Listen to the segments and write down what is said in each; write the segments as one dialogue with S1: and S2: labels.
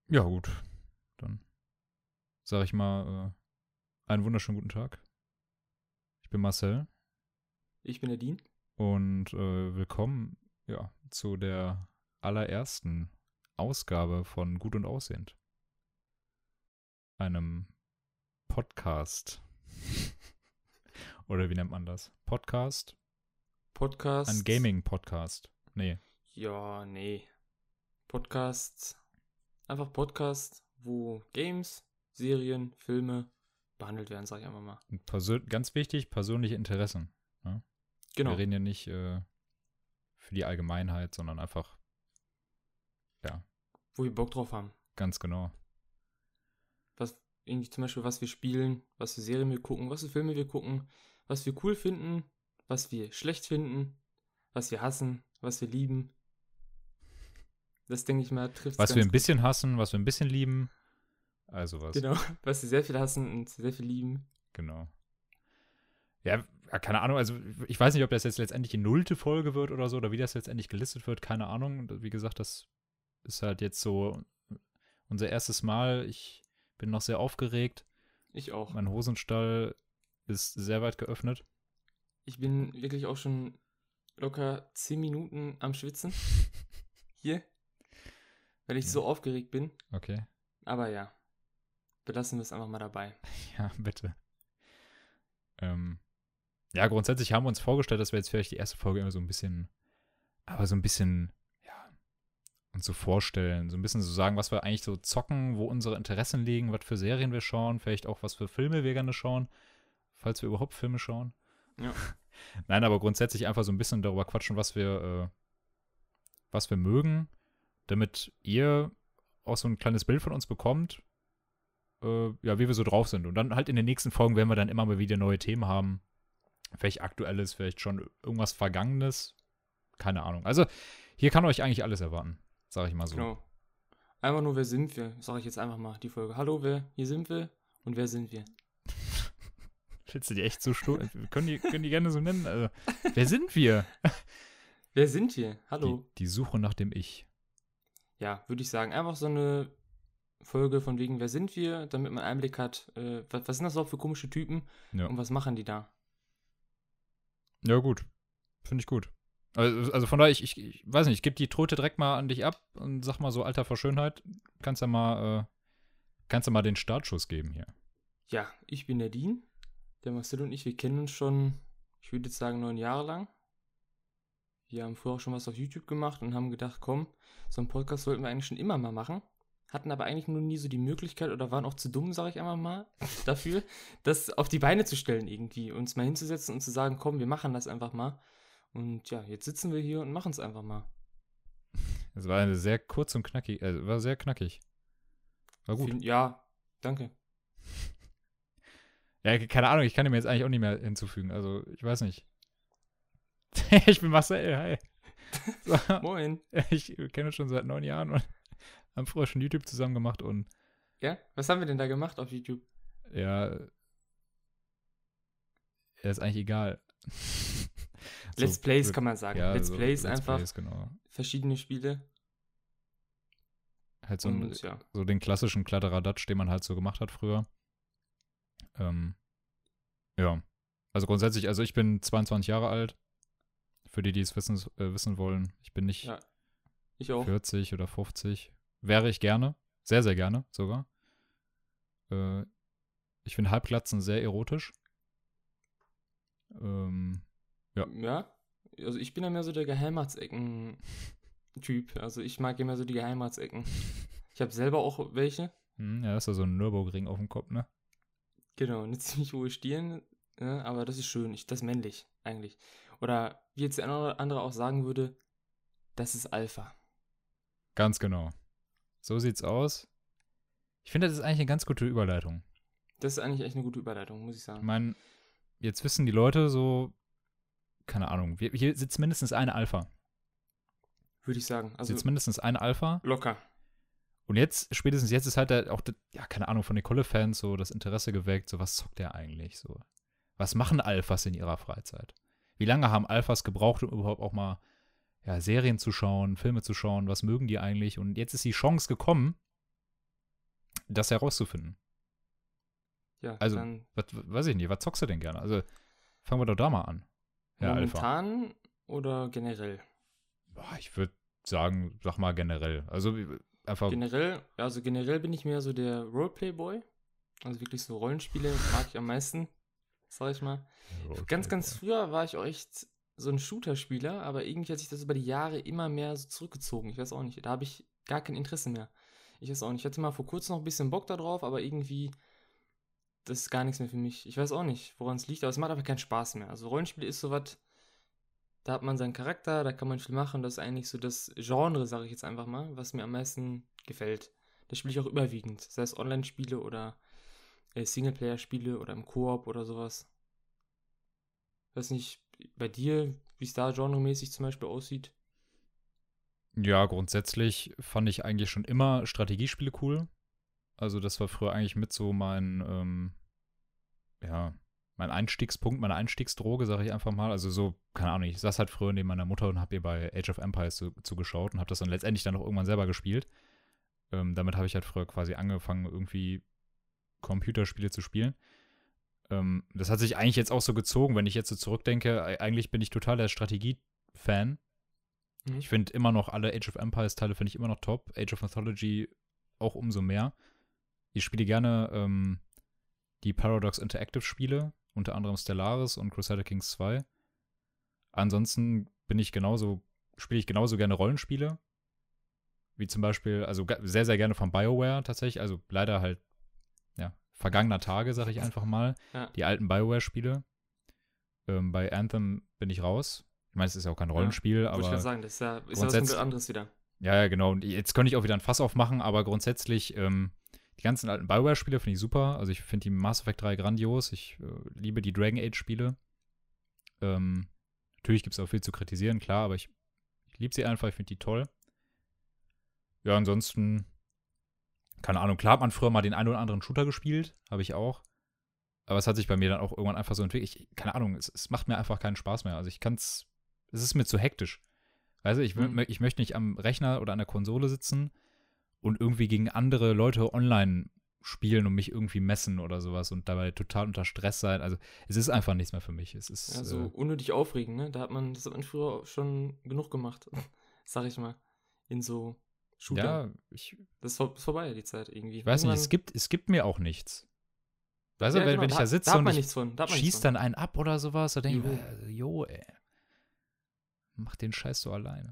S1: Ja, gut. Dann sage ich mal einen wunderschönen guten Tag. Ich bin Marcel
S2: Ich bin der Dean.
S1: und willkommen zu der allerersten Ausgabe von Gut und Aussehend. Einem Podcast. Oder wie nennt man das? Podcast? Ein
S2: Podcast.
S1: Gaming-Podcast. Nee.
S2: Ja, nee. Podcast. Einfach Podcast, wo Games, Serien, Filme behandelt werden, sag ich einfach mal.
S1: Ganz wichtig, persönliche Interessen. Ne? Wir
S2: Genau.
S1: reden ja nicht für die Allgemeinheit, sondern einfach, ja,
S2: Wo wir Bock drauf haben.
S1: ganz genau.
S2: Was, irgendwie zum Beispiel, was wir spielen, was für Serien wir gucken, was für Filme wir gucken, was wir cool finden, was wir schlecht finden, was wir hassen, was wir lieben. Das, denke ich mal, trifft es
S1: Was wir
S2: ganz
S1: ein
S2: gut.
S1: bisschen hassen, was wir ein bisschen lieben. Also was.
S2: Genau. Was wir sehr viel hassen und sehr viel lieben.
S1: Genau. Ja, keine Ahnung, also ich weiß nicht, ob das jetzt letztendlich die 0. Folge wird oder so, oder wie das letztendlich gelistet wird, keine Ahnung. Wie gesagt, das ist halt jetzt so unser erstes Mal. Ich bin noch sehr aufgeregt.
S2: Ich auch.
S1: Mein Hosenstall ist sehr weit geöffnet.
S2: Ich bin wirklich auch schon locker 10 Minuten am Schwitzen. Hier. Weil ich
S1: Ja.
S2: so aufgeregt bin.
S1: Okay.
S2: Aber ja. Belassen wir es einfach mal dabei.
S1: Ja, bitte. Ja, grundsätzlich haben wir uns vorgestellt, dass wir jetzt vielleicht die erste Folge immer so ein bisschen, ja, uns so vorstellen, so ein bisschen so sagen, was wir eigentlich so zocken, wo unsere Interessen liegen, was für Serien wir schauen, vielleicht auch was für Filme wir gerne schauen, falls wir überhaupt Filme schauen.
S2: Ja.
S1: Nein, aber grundsätzlich einfach so ein bisschen darüber quatschen, was wir mögen, damit ihr auch so ein kleines Bild von uns bekommt, ja, wie wir so drauf sind. Und dann halt in den nächsten Folgen werden wir dann immer mal wieder neue Themen haben. Vielleicht Aktuelles, vielleicht schon irgendwas Vergangenes. Keine Ahnung. Also, hier kann euch eigentlich alles erwarten, sage ich mal so.
S2: Genau. Einfach nur, wer sind wir? Sag ich jetzt einfach mal die Folge. Hallo, hier sind wir und wer sind wir?
S1: Willst du die echt so stur? können die gerne so nennen? Also, wer sind wir?
S2: Wer sind wir? Hallo.
S1: Die Suche nach dem Ich.
S2: Ja, würde ich sagen. Einfach so eine Folge von wegen, wer sind wir? Damit man Einblick hat, was sind das überhaupt für komische Typen?
S1: Ja,
S2: Und was machen die da?
S1: ja gut. Finde ich gut. Also von daher, ich weiß nicht, ich gebe die Tröte direkt mal an dich ab und sag mal so, Alter vor Schönheit, kannst du mal den Startschuss geben hier.
S2: Ja, ich bin der Dean. Der Marcel und ich, wir kennen uns schon, ich würde jetzt sagen, 9 Jahre lang. Wir haben vorher auch schon was auf YouTube gemacht und haben gedacht, komm, so einen Podcast sollten wir eigentlich schon immer mal machen. Hatten aber eigentlich nur nie so die Möglichkeit oder waren auch zu dumm, sage ich einmal mal, dafür, das auf die Beine zu stellen irgendwie. Uns mal hinzusetzen und zu sagen, komm, wir machen das einfach mal. Und ja, jetzt sitzen wir hier und machen es einfach mal.
S1: Es war eine sehr kurz und knackig, war sehr knackig. War gut.
S2: Ja, danke.
S1: Ja, keine Ahnung, ich kann dem jetzt eigentlich auch nicht mehr hinzufügen. Also, ich weiß nicht. Ich bin Marcel, hi. So,
S2: Moin.
S1: ich kenne uns schon seit 9 Jahren und haben früher schon YouTube zusammen gemacht und
S2: Ja, was haben wir denn da gemacht auf YouTube?
S1: ja, ist eigentlich egal.
S2: Let's Plays kann man sagen.
S1: Ja,
S2: Let's
S1: so
S2: Plays
S1: Let's
S2: einfach.
S1: Plays, genau.
S2: Verschiedene Spiele.
S1: Halt
S2: Und ja.
S1: so den klassischen Kladderadatsch, den man halt so gemacht hat früher. Ja. Also grundsätzlich, also ich bin 22 Jahre alt. Für die es wissen wollen. Ich bin nicht
S2: Ja, ich auch.
S1: 40 oder 50. Wäre ich gerne. Sehr, sehr gerne sogar. Ich finde Halbglatzen sehr erotisch. Ja.
S2: Ja, also ich bin ja mehr so der Geheimratsecken-Typ. Also ich mag immer so die Geheimratsecken. Ich habe selber auch welche.
S1: Ja, ist ja so ein Nürburgring auf dem Kopf, ne?
S2: Genau, eine ziemlich hohe Stirn. Ja, aber das ist schön. Das ist männlich, eigentlich. Oder wie jetzt der andere auch sagen würde, das ist Alpha.
S1: Ganz genau. So sieht's aus. Ich finde, das ist eigentlich eine ganz gute Überleitung.
S2: Das ist eigentlich echt eine gute Überleitung, muss ich
S1: Ich
S2: sagen.
S1: meine, jetzt wissen die Leute so, keine Ahnung, hier sitzt mindestens eine Alpha.
S2: Würde ich sagen. Also
S1: Sitzt mindestens eine Alpha.
S2: locker.
S1: Und jetzt, spätestens jetzt ist halt auch, ja, keine Ahnung, von den Kolle-Fans so das Interesse geweckt, so was zockt der eigentlich so? Was machen Alphas in ihrer Freizeit? Wie lange haben Alphas gebraucht, um überhaupt auch mal ja, Serien zu schauen, Filme zu schauen? Was mögen die eigentlich? Und jetzt ist die Chance gekommen, das herauszufinden.
S2: Ja,
S1: Also,
S2: dann
S1: weiß ich nicht, was zockst du denn gerne? Also, fangen wir doch da mal an. Ja, Alpha.
S2: momentan oder generell?
S1: Boah, ich würde sagen, sag mal generell. Also, einfach.
S2: Generell bin ich mehr so der Roleplay-Boy. Also wirklich so Rollenspiele mag ich am meisten, sag ich mal. Ganz früher war ich auch echt so ein Shooter-Spieler, aber irgendwie hat sich das über die Jahre immer mehr so zurückgezogen. Ich weiß auch nicht, da habe ich gar kein Interesse mehr. Ich weiß auch nicht, ich hatte mal vor kurzem noch ein bisschen Bock da drauf, aber irgendwie, das ist gar nichts mehr für mich. Ich weiß auch nicht, woran es liegt, aber es macht einfach keinen Spaß mehr. Also Rollenspiel ist sowas, da hat man seinen Charakter, da kann man viel machen. Das ist eigentlich so das Genre, sage ich jetzt einfach mal, was mir am meisten gefällt. Das spiele ich auch überwiegend, sei es Online-Spiele oder Singleplayer-Spiele oder im Koop oder sowas. Weiß nicht, bei dir, wie es da genremäßig zum Beispiel aussieht.
S1: Ja, grundsätzlich fand ich eigentlich schon immer Strategiespiele cool. Also, das war früher eigentlich mit so mein Einstiegspunkt, meine Einstiegsdroge, sage ich einfach mal. Also so, keine Ahnung, ich saß halt früher neben meiner Mutter und habe ihr bei Age of Empires zugeschaut und habe das dann letztendlich dann auch irgendwann selber gespielt. Damit habe ich halt früher quasi angefangen, irgendwie Computerspiele zu spielen. Das hat sich eigentlich jetzt auch so gezogen, wenn ich jetzt so zurückdenke. Eigentlich bin ich total der Strategie-Fan. Ich finde immer noch alle Age of Empires-Teile finde ich immer noch top. Age of Mythology auch umso mehr. Ich spiele gerne die Paradox Interactive-Spiele, unter anderem Stellaris und Crusader Kings 2. Ansonsten spiele ich genauso gerne Rollenspiele. Wie zum Beispiel, also sehr, sehr gerne von BioWare tatsächlich. Also leider halt, ja, vergangener Tage, sag ich einfach mal.
S2: Ja.
S1: Die alten BioWare-Spiele. Bei Anthem bin ich raus. Ich meine, es ist ja auch kein Rollenspiel, aber.
S2: Wollte ich gerade sagen, das ist ja was
S1: grundsätzlich-
S2: komplett anderes wieder.
S1: Ja, genau. Und jetzt könnte ich auch wieder ein Fass aufmachen, aber grundsätzlich, die ganzen alten BioWare-Spiele finde ich super. Also ich finde die Mass Effect 3 grandios. Ich liebe die Dragon Age-Spiele. Natürlich gibt es auch viel zu kritisieren, klar, aber ich liebe sie einfach, ich finde die toll. Ja, ansonsten, keine Ahnung, klar hat man früher mal den einen oder anderen Shooter gespielt, habe ich auch. Aber es hat sich bei mir dann auch irgendwann einfach so entwickelt. Keine Ahnung, es macht mir einfach keinen Spaß mehr. Also es ist mir zu hektisch. Weißt du, ich möchte nicht am Rechner oder an der Konsole sitzen und irgendwie gegen andere Leute online spielen und mich irgendwie messen oder sowas und dabei total unter Stress sein. Also es ist einfach nichts mehr für mich. Es ist
S2: Ja, so unnötig aufregen, ne? Das hat man früher schon genug gemacht, sag ich mal. In so Shooter.
S1: ja,
S2: Das ist vorbei, die Zeit irgendwie.
S1: ich weiß nicht, es gibt mir auch nichts. Weißt du,
S2: Ja,
S1: wenn
S2: genau,
S1: ich da sitze
S2: hat
S1: und
S2: man
S1: ich
S2: nichts von.
S1: schieß dann einen ab oder sowas, da denke ich
S2: Jo.
S1: mir, jo, ey, mach den Scheiß so alleine.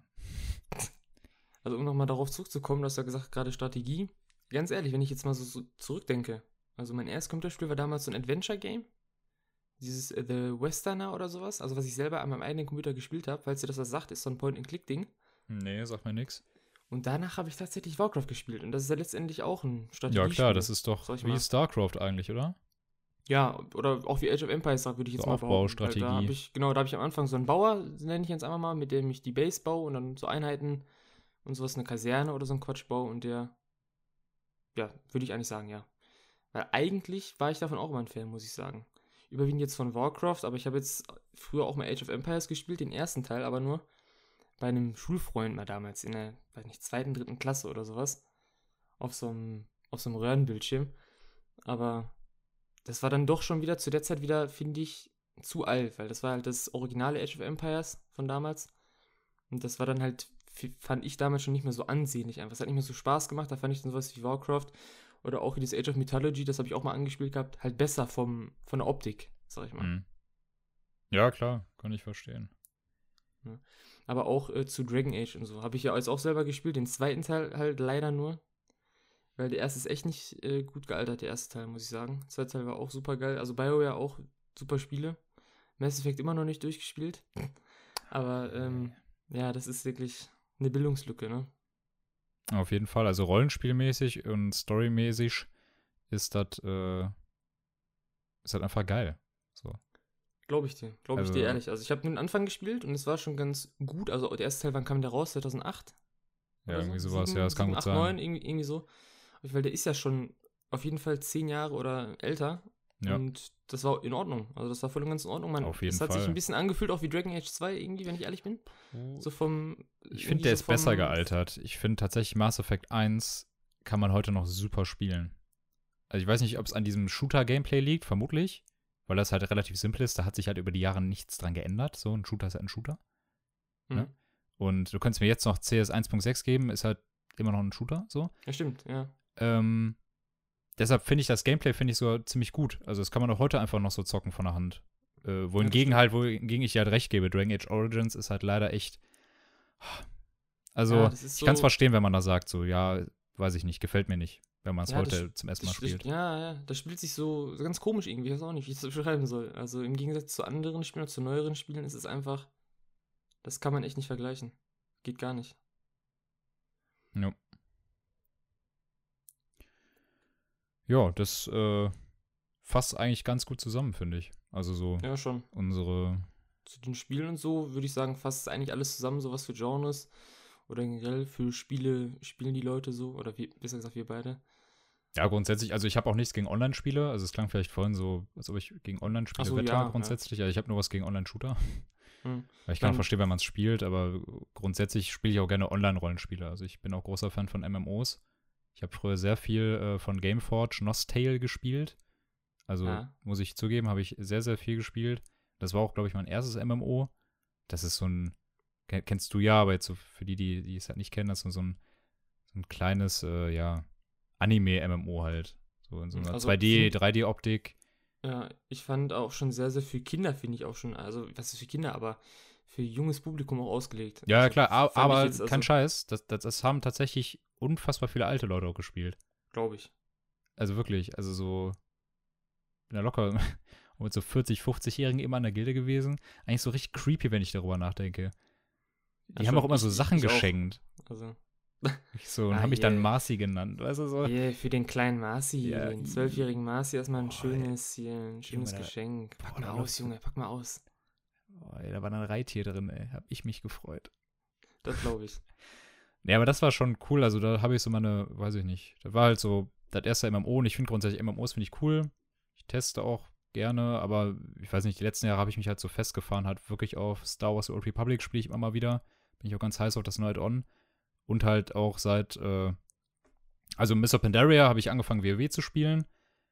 S2: Also um nochmal darauf zurückzukommen, du hast ja gesagt, gerade Strategie. Ganz ehrlich, wenn ich jetzt mal so zurückdenke. Also mein erstes Computerspiel war damals so ein Adventure-Game. Dieses The Westerner oder sowas. Also was ich selber an meinem eigenen Computer gespielt habe. Falls ihr das was sagt, ist so ein Point-and-Click-Ding.
S1: Nee, sag mir nix.
S2: Und danach habe ich tatsächlich Warcraft gespielt. Und das ist ja letztendlich auch ein Strategiespiel.
S1: Ja klar, das ist doch
S2: sag ich
S1: wie
S2: mal.
S1: StarCraft eigentlich, oder?
S2: Ja, oder auch wie Age of Empires, würde ich jetzt
S1: So
S2: mal behaupten.
S1: Aufbaustrategie.
S2: Da habe ich am Anfang so einen Bauer, nenne ich jetzt einfach mal, mit dem ich die Base baue und dann so Einheiten und sowas, eine Kaserne oder so ein Quatsch baue und der, ja, würde ich eigentlich sagen, ja. Weil eigentlich war ich davon auch immer ein Fan, muss ich sagen. Überwiegend jetzt von Warcraft, aber ich habe jetzt früher auch mal Age of Empires gespielt, den ersten Teil, aber nur bei einem Schulfreund mal damals, in der, weiß nicht, 2., 3. Klasse oder sowas. Auf so einem Röhrenbildschirm. Aber das war dann doch schon wieder zu der Zeit wieder, finde ich, zu alt, weil das war halt das originale Age of Empires von damals. Und das war dann halt, fand ich damals schon nicht mehr so ansehnlich einfach. Es hat nicht mehr so Spaß gemacht, da fand ich dann sowas wie Warcraft oder auch wie das Age of Mythology, das habe ich auch mal angespielt gehabt, halt besser von der Optik, sag ich mal.
S1: Mhm. Ja, klar, kann ich verstehen.
S2: Ja. Aber auch zu Dragon Age und so. Habe ich ja jetzt auch selber gespielt, den zweiten Teil halt leider nur. Weil der erste ist echt nicht gut gealtert, der erste Teil, muss ich sagen. Der zweite Teil war auch super geil. Also BioWare auch super Spiele. Mass Effect immer noch nicht durchgespielt. Aber ja, das ist wirklich eine Bildungslücke, ne?
S1: Auf jeden Fall. Also rollenspielmäßig und storymäßig ist das einfach geil. So.
S2: Glaube ich dir ehrlich. Also ich habe nur den Anfang gespielt und es war schon ganz gut. Also der erste Teil, wann kam der raus? 2008?
S1: Ja, irgendwie
S2: so?
S1: sowas.
S2: 7,
S1: ja, das kann
S2: 7,
S1: gut
S2: 8,
S1: sein.
S2: 9, irgendwie so. Weil der ist ja schon auf jeden Fall 10 Jahre oder älter.
S1: Ja.
S2: Und das war in Ordnung. Also das war voll und ganz in Ordnung.
S1: Auf jeden
S2: das hat sich
S1: Fall.
S2: ein bisschen angefühlt, auch wie Dragon Age 2 irgendwie, wenn ich ehrlich bin. So
S1: Ich finde, der ist besser gealtert. Ich finde tatsächlich Mass Effect 1 kann man heute noch super spielen. Also ich weiß nicht, ob es an diesem Shooter-Gameplay liegt, vermutlich, weil das halt relativ simpel ist. Da hat sich halt über die Jahre nichts dran geändert. So, ein Shooter ist halt ein Shooter. Ne? Und du könntest mir jetzt noch CS 1.6 geben, ist halt immer noch ein Shooter, so.
S2: Ja, stimmt, ja.
S1: Deshalb finde ich das Gameplay so ziemlich gut. Also das kann man auch heute einfach noch so zocken von der Hand. Wohingegen ich dir halt recht gebe, Dragon Age Origins ist halt leider echt. Also,
S2: Ja,
S1: ich kann es verstehen, wenn man da sagt, so, ja, weiß ich nicht, gefällt mir nicht, wenn man es heute zum ersten Mal spielt.
S2: Ja, das spielt sich so ganz komisch irgendwie, ich weiß auch nicht, wie ich das beschreiben soll. Also im Gegensatz zu anderen Spielen, zu neueren Spielen, ist es einfach, das kann man echt nicht vergleichen. Geht gar nicht.
S1: Ja. Ja, das fasst eigentlich ganz gut zusammen, finde ich. Also so
S2: Ja, schon.
S1: unsere.
S2: Zu den Spielen und so würde ich sagen, fasst eigentlich alles zusammen, so was für Genres oder generell für Spiele spielen die Leute so, oder besser gesagt wir beide.
S1: Ja, grundsätzlich, also ich habe auch nichts gegen Online-Spiele. Also es klang vielleicht vorhin so, als ob ich gegen Online-Spiele wette grundsätzlich. Ja. Also ich habe nur was gegen Online-Shooter. Weil ich kann auch verstehen, wenn man es spielt, aber grundsätzlich spiele ich auch gerne Online-Rollenspiele. Also ich bin auch großer Fan von MMOs. Ich habe früher sehr viel von Gameforge Nostale gespielt. Also muss ich zugeben, habe ich sehr, sehr viel gespielt. Das war auch, glaube ich, mein erstes MMO. Das ist so ein, kennst du ja, aber jetzt so für die es halt nicht kennen, das ist so ein kleines, Anime-MMO halt. So in so einer 2D, 3D-Optik.
S2: Ja, ich fand auch schon sehr, sehr für Kinder, finde ich auch schon, also was ist für Kinder, aber für junges Publikum auch ausgelegt.
S1: Ja,
S2: also,
S1: klar, aber kein Scheiß, das haben tatsächlich unfassbar viele alte Leute auch gespielt.
S2: Glaube ich.
S1: Also wirklich, also so, bin da locker mit so 40, 50-Jährigen immer in der Gilde gewesen. Eigentlich so richtig creepy, wenn ich darüber nachdenke. Die haben auch immer so Sachen geschenkt.
S2: Also.
S1: Und haben mich dann Marci genannt, weißt du so?
S2: Yeah, für den kleinen Marci, den 12-jährigen Marci erstmal ein schönes Geschenk. Pack mal aus, Junge, pack mal aus.
S1: Da war ein Reittier drin, ey. Hab ich mich gefreut.
S2: Das glaube ich.
S1: Ja, aber das war schon cool. Also da habe ich so meine, weiß ich nicht. Das war halt so das erste MMO und ich finde grundsätzlich MMOs finde ich cool. Ich teste auch gerne, aber ich weiß nicht, die letzten Jahre habe ich mich halt so festgefahren, halt wirklich auf Star Wars The Old Republic spiele ich immer mal wieder. Bin ich auch ganz heiß auf das neue Add-on. Und halt auch seit, also Mists of Pandaria habe ich angefangen WoW zu spielen.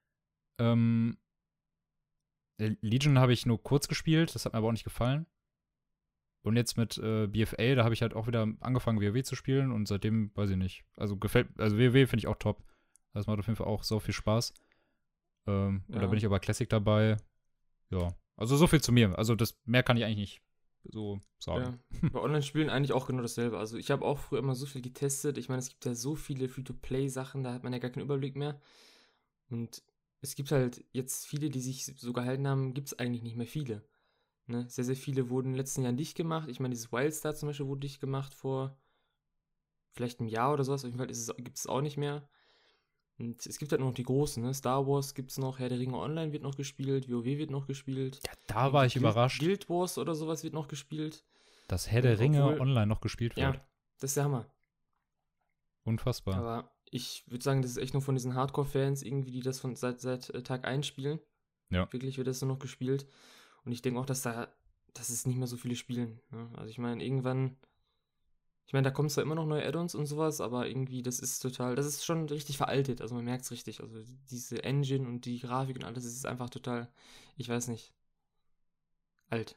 S1: Legion habe ich nur kurz gespielt, das hat mir aber auch nicht gefallen. Und jetzt mit BFA, da habe ich halt auch wieder angefangen WoW zu spielen und seitdem, weiß ich nicht. Also WoW finde ich auch top. Das macht auf jeden Fall auch so viel Spaß. Und da bin ich aber Classic dabei. Ja, also so viel zu mir. Also mehr kann ich eigentlich nicht so sagen.
S2: Ja, bei Online-Spielen eigentlich auch genau dasselbe. Also ich habe auch früher immer so viel getestet. Ich meine, es gibt ja so viele Free-to-Play-Sachen, da hat man ja gar keinen Überblick mehr. Und es gibt halt jetzt viele, die sich so gehalten haben, gibt es eigentlich nicht mehr viele. Ne? Sehr, sehr viele wurden in den letzten Jahren dicht gemacht. Ich meine, dieses Wildstar zum Beispiel wurde dicht gemacht vor vielleicht einem Jahr oder sowas. Auf jeden Fall gibt es auch nicht mehr. Und es gibt halt nur noch die großen, ne? Star Wars gibt es noch, Herr der Ringe Online wird noch gespielt, WoW wird noch gespielt.
S1: Ja, da war ich überrascht.
S2: Guild Wars oder sowas wird noch gespielt.
S1: Dass Herr der Ringe Online noch gespielt wird.
S2: Ja, das ist der Hammer.
S1: Unfassbar.
S2: Aber ich würde sagen, das ist echt nur von diesen Hardcore-Fans irgendwie, die das seit Tag 1 spielen.
S1: Ja.
S2: Wirklich wird das nur noch gespielt. Und ich denke auch, dass es nicht mehr so viele spielen. Ne? Also ich meine, irgendwann, da kommen zwar immer noch neue Add-ons und sowas, aber irgendwie, das ist schon richtig veraltet. Also man merkt es richtig. Also diese Engine und die Grafik und alles, das ist einfach total, ich weiß nicht, alt.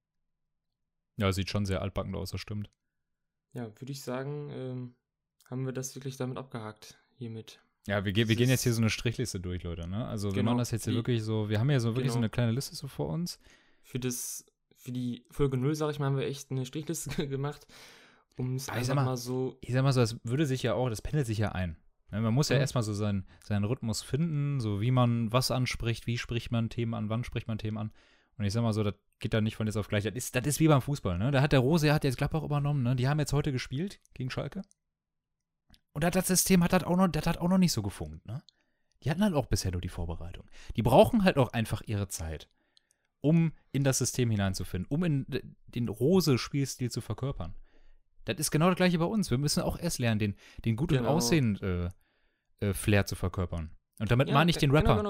S1: Ja, sieht schon sehr altbacken aus, das stimmt.
S2: Ja, würde ich sagen, haben wir das wirklich damit abgehakt, hiermit.
S1: Ja, wir gehen jetzt hier so eine Strichliste durch, Leute, ne? Also wir machen das jetzt hier wirklich so, wir haben ja so wirklich so eine kleine Liste so vor uns.
S2: Für die Folge 0, sag ich mal, haben wir echt eine Strichliste gemacht, um es einfach mal so...
S1: Ich sag mal so, das pendelt sich ja ein. Man muss ja erstmal so seinen Rhythmus finden, so wie man was anspricht, wie spricht man Themen an, wann spricht man Themen an. Und ich sag mal so, das geht dann nicht von jetzt auf gleich. Das ist wie beim Fußball, ne? Da hat der Rose, hat jetzt Gladbach übernommen, ne? Die haben jetzt heute gespielt gegen Schalke. Und das System hat auch noch nicht so gefunkt, ne? Die hatten halt auch bisher nur die Vorbereitung. Die brauchen halt auch einfach ihre Zeit, um in das System hineinzufinden, um in den Rose-Spielstil zu verkörpern. Das ist genau das Gleiche bei uns. Wir müssen auch erst lernen, den gut und aussehenden Flair zu verkörpern. Und damit meine ich den Rapper.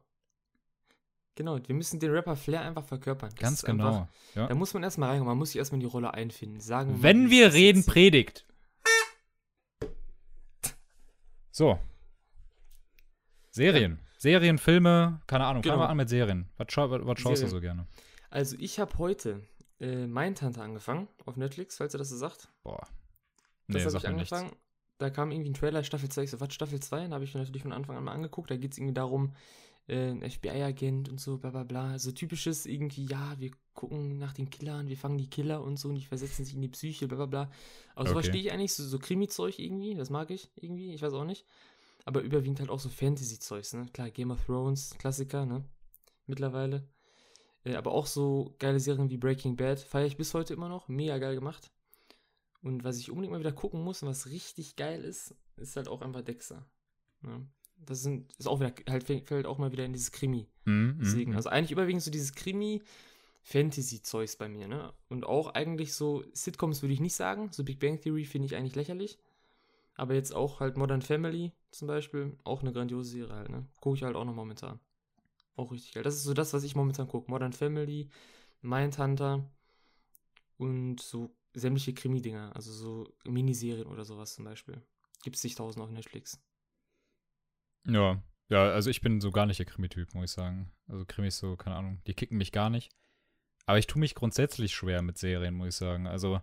S2: Genau, wir müssen den Rapper Flair einfach verkörpern. Das
S1: ganz genau.
S2: Einfach, ja. Da muss man erstmal reinkommen, man muss sich erstmal in die Rolle einfinden.
S1: Wenn wir reden, predigt. So. Serien. Serien, Filme, keine Ahnung. Fangen
S2: Genau.
S1: wir an mit Serien. Was schaust du
S2: Serien.
S1: so gerne?
S2: Also ich habe heute Mindhunter angefangen auf Netflix, falls ihr das so sagt.
S1: Boah.
S2: Das habe
S1: sag
S2: ich
S1: mir nichts.
S2: angefangen. Da kam irgendwie ein Trailer, Staffel 2. Ich so, was, Staffel 2? Da habe ich mir natürlich von Anfang an mal angeguckt. Da geht es irgendwie darum, ein FBI-Agent und so, bla bla bla. So typisches irgendwie, ja, wir gucken nach den Killern, wir fangen die Killer und so und die versetzen sich in die Psyche, bla bla bla. Aber sowas
S1: Okay.
S2: stehe ich eigentlich, so Krimi-Zeug irgendwie, das mag ich irgendwie, ich weiß auch nicht. Aber überwiegend halt auch so Fantasy-Zeugs, ne? Klar, Game of Thrones, Klassiker, ne? Mittlerweile. Aber auch so geile Serien wie Breaking Bad feiere ich bis heute immer noch. Mega geil gemacht. Und was ich unbedingt mal wieder gucken muss und was richtig geil ist, ist halt auch einfach Dexter. Ja. Ist auch wieder, halt fällt auch mal wieder in dieses Krimi. Deswegen, also eigentlich überwiegend so dieses Krimi-Fantasy-Zeugs bei mir, ne? Und auch eigentlich so Sitcoms würde ich nicht sagen. So Big Bang Theory finde ich eigentlich lächerlich. Aber jetzt auch halt Modern Family zum Beispiel, auch eine grandiose Serie halt, ne? Gucke ich halt auch noch momentan. Auch richtig geil. Das ist so das, was ich momentan gucke. Modern Family, Mindhunter und so sämtliche Krimi-Dinger. Also so Miniserien oder sowas zum Beispiel. Gibt es zigtausend auf Netflix.
S1: Ja. Ja, also ich bin so gar nicht der Krimi-Typ, muss ich sagen. Also Krimis so, keine Ahnung, die kicken mich gar nicht. Aber ich tue mich grundsätzlich schwer mit Serien, muss ich sagen. Also,